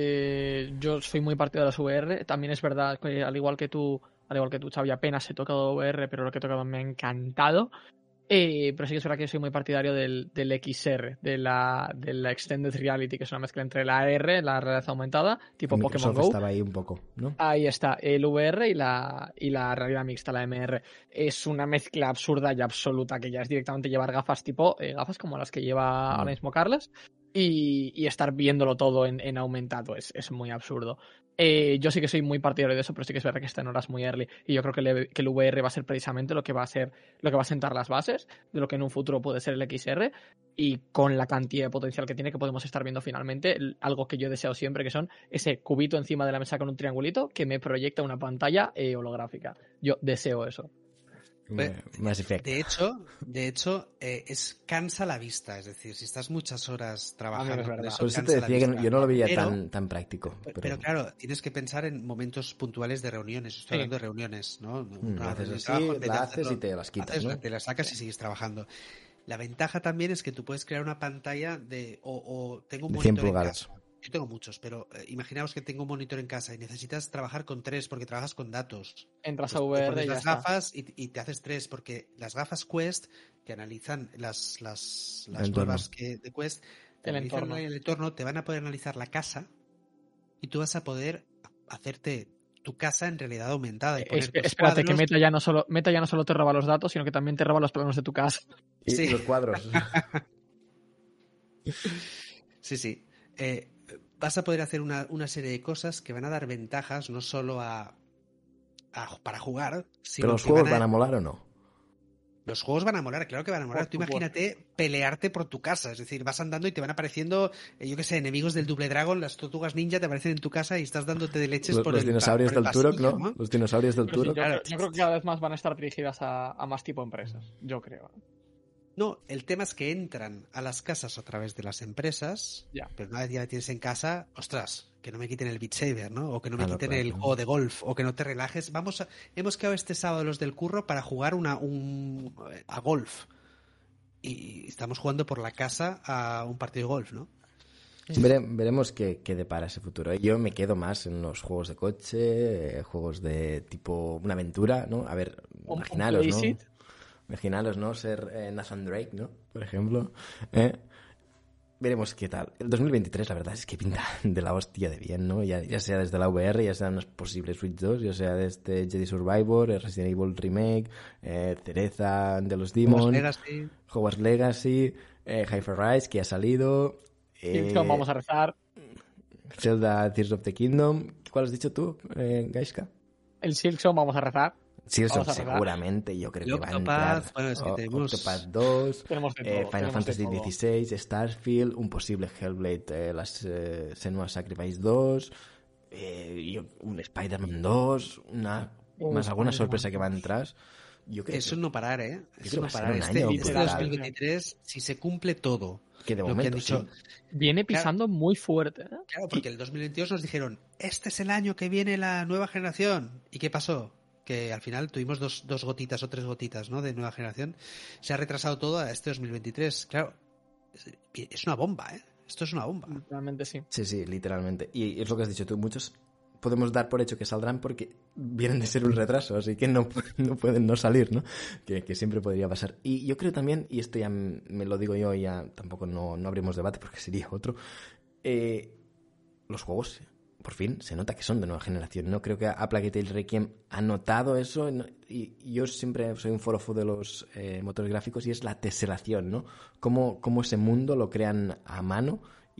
Yo soy muy partidario de las VR. También es verdad que al igual que tú, Xavi, apenas he tocado VR, pero lo que he tocado me ha encantado. Pero sí que es verdad que yo soy muy partidario del XR, de la Extended Reality, que es una mezcla entre la AR, la realidad aumentada, tipo Microsoft Pokémon Go. Estaba ahí un poco, ¿no? Ahí está, el VR y la realidad mixta, la MR. Es una mezcla absurda y absoluta, que ya es directamente llevar gafas gafas como las que lleva ahora mismo Carles, y estar viéndolo todo en aumentado. Es muy absurdo. Yo sí que soy muy partidario de eso, pero sí que es verdad que está en horas muy early, y yo creo que el VR va a ser precisamente lo que va a sentar las bases de lo que en un futuro puede ser el XR, y con la cantidad de potencial que tiene, que podemos estar viendo finalmente algo que yo he deseado siempre, que son ese cubito encima de la mesa con un triangulito que me proyecta una pantalla holográfica. Yo deseo eso. Mass Effect. De hecho, cansa la vista. Es decir, si estás muchas horas trabajando con eso, por eso te decía que yo no lo veía tan práctico. Pero claro, tienes que pensar en momentos puntuales de reuniones. Estoy hablando de reuniones, ¿no? Haces así, la haces y te las quitas, ¿no? Te las sacas y sigues trabajando. La ventaja también es que tú puedes crear una pantalla tengo un 100 monitor en pulgadas. casa. Yo tengo muchos, pero imaginaos que tengo un monitor en casa y necesitas trabajar con 3 porque trabajas con datos. Entras Pues a te VR pones y ya las está. gafas y te haces 3 porque las gafas Quest que analizan las entorno. nuevas de Quest, te El analizan entorno. el entorno, te van a poder analizar la casa y tú vas a poder hacerte tu casa en realidad aumentada y poner tus Espérate, que cuadros. Meta ya no solo te roba los datos, sino que también te roba los planos de tu casa. Y Sí. los cuadros. Sí. Vas a poder hacer una serie de cosas que van a dar ventajas no solo para jugar, sino ¿Pero los que juegos van a molar o no? Los juegos van a molar, claro que van a molar. Por Tú supuesto. imagínate pelearte por tu casa, es decir, vas andando y te van apareciendo, yo qué sé, enemigos del Double Dragon, las tortugas ninja te aparecen en tu casa y estás dándote de leches por Los el dinosaurios por el del Turok, pasillo, ¿no? Los dinosaurios del Pero sí, Turok. Claro. yo creo que cada vez más van a estar dirigidas a más tipo empresas, yo creo. No, el tema es que entran a las casas a través de las empresas, Ya. pero una vez ya la tienes en casa, ostras, que no me quiten el Beat Saber, ¿no? O que no me Claro, quiten claro, el claro. juego de golf, o que no te relajes. Hemos quedado este sábado los del curro para jugar a golf. Y estamos jugando por la casa a un partido de golf, ¿no? Veremos qué depara ese futuro. Yo me quedo más en los juegos de coche, juegos de tipo una aventura, ¿no? A ver, imaginaros, ¿no? Play-Sit. Imaginaros, ¿no? Ser Nathan Drake, ¿no? Por ejemplo. Veremos qué tal. El 2023, la verdad, es que pinta de la hostia de bien, ¿no? Ya sea desde la VR, ya sea unos posibles Switch 2, ya sea desde Jedi Survivor, Resident Evil Remake, Cereza de los Demon, Hogwarts Legacy, Hi-Fi Rise, que ha salido... Vamos a rezar. Zelda Tears of the Kingdom. ¿Cuál has dicho tú, Gaiska? El Silksong, vamos a rezar. Silksong Vamos a rezar. seguramente, yo creo El que va a Octopath, entrar. bueno, es que tenemos- Octopath 2, Tenemos de todo, Final tenemos Fantasy de todo. XVI, Starfield, un posible Hellblade, Senua's Sacrifice 2, un Spider-Man 2, más alguna sorpresa que va a entrar. Yo creo Eso que, no parar, ¿eh? creo que Eso va no a ser parar. un Este año brutal. 2023, si se cumple todo que de lo que han momento dicho... sí. Viene pisando muy fuerte, ¿eh? Claro, porque el 2022 nos dijeron, este es el año que viene la nueva generación. ¿Y qué pasó? Que al final tuvimos dos gotitas o 3 gotitas, ¿no? De nueva generación. Se ha retrasado todo a este 2023. Claro, es una bomba, ¿eh? Esto es una bomba. Realmente sí. Sí, literalmente. Y es lo que has dicho tú, muchos podemos dar por hecho que saldrán porque vienen de ser un retraso, así que no pueden no salir, ¿no? Que siempre podría pasar. Y yo creo también, y esto ya me lo digo yo y ya tampoco no abrimos debate porque sería otro, los juegos, por fin, se nota que son de nueva generación, ¿no? Creo que A Plague Tale Requiem ha notado eso y yo siempre soy un forofo de los motores gráficos y es la teselación, ¿no? Cómo ese mundo lo crean a mano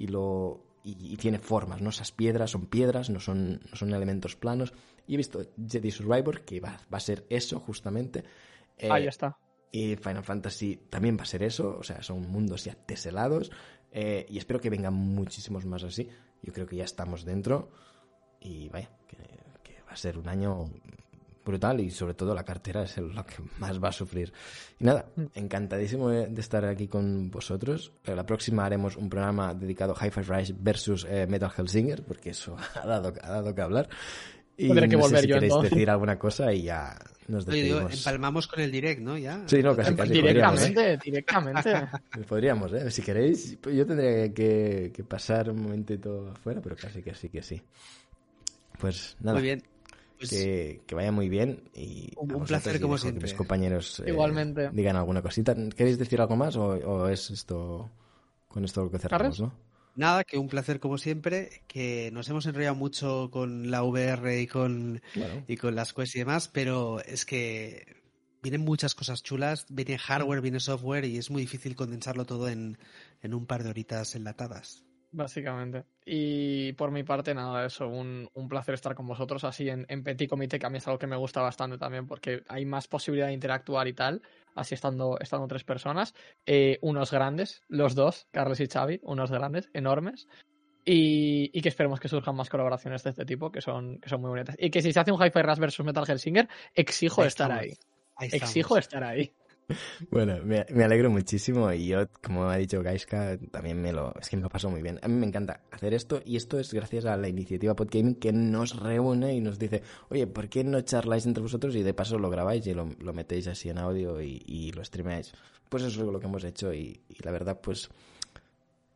y tiene formas, ¿no? Esas piedras son piedras, no son elementos planos. Y he visto Jedi Survivor, que va a ser eso, justamente. Ahí está. Y Final Fantasy también va a ser eso, o sea, son mundos ya teselados. Y espero que vengan muchísimos más así. Yo creo que ya estamos dentro. Y vaya, que va a ser un año brutal y sobre todo la cartera es lo que más va a sufrir. Y nada, encantadísimo de estar aquí con vosotros. La próxima haremos un programa dedicado a Hi-Fi Rise versus Metal Hellsinger, porque eso ha dado que hablar. Y Tendré que no sé volver si yo, queréis entonces. decir alguna cosa y ya nos Oye, digo, despedimos. empalmamos con el direct, ¿no? Ya. Sí, no, casi Directamente. podríamos, ¿eh? Si queréis, yo tendría que pasar un momentito afuera, pero casi que sí. Pues nada. Muy bien. Pues, Que vaya muy bien y Un a vosotros placer, y como dejo que siempre. mis compañeros Igualmente. digan alguna cosita. ¿Queréis decir algo más o es esto con esto lo que cerramos, ¿Carles? no? nada, que un placer como siempre, que nos hemos enrollado mucho con la VR y con las Quest y demás, pero es que vienen muchas cosas chulas, viene hardware, viene software y es muy difícil condensarlo todo en un par de horitas enlatadas. Básicamente. Y por mi parte, nada, eso, un placer estar con vosotros así en petit comité, que a mí es algo que me gusta bastante también, porque hay más posibilidad de interactuar y tal, así estando 3 personas, unos grandes, los dos, Carles y Xavi, unos grandes, enormes, y que esperemos que surjan más colaboraciones de este tipo, que son muy bonitas. Y que si se hace un Hi-Fi Rush versus Metal Hellsinger, exijo Ahí estar estamos. ahí. Exijo estar ahí. Bueno, me alegro muchísimo y yo, como ha dicho Gaiska, también es que me lo paso muy bien. A mí me encanta hacer esto y esto es gracias a la iniciativa Podgaming que nos reúne y nos dice, oye, ¿por qué no charláis entre vosotros y de paso lo grabáis y lo metéis así en audio y lo streamáis? Pues eso es lo que hemos hecho y la verdad, pues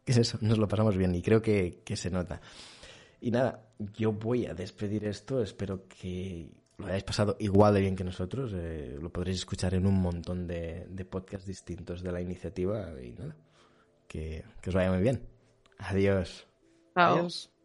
es eso, nos lo pasamos bien y creo que se nota. Y nada, yo voy a despedir esto, espero que lo hayáis pasado igual de bien que nosotros, lo podréis escuchar en un montón de podcasts distintos de la iniciativa y nada, que os vaya muy bien. Adiós. Chao. Adiós.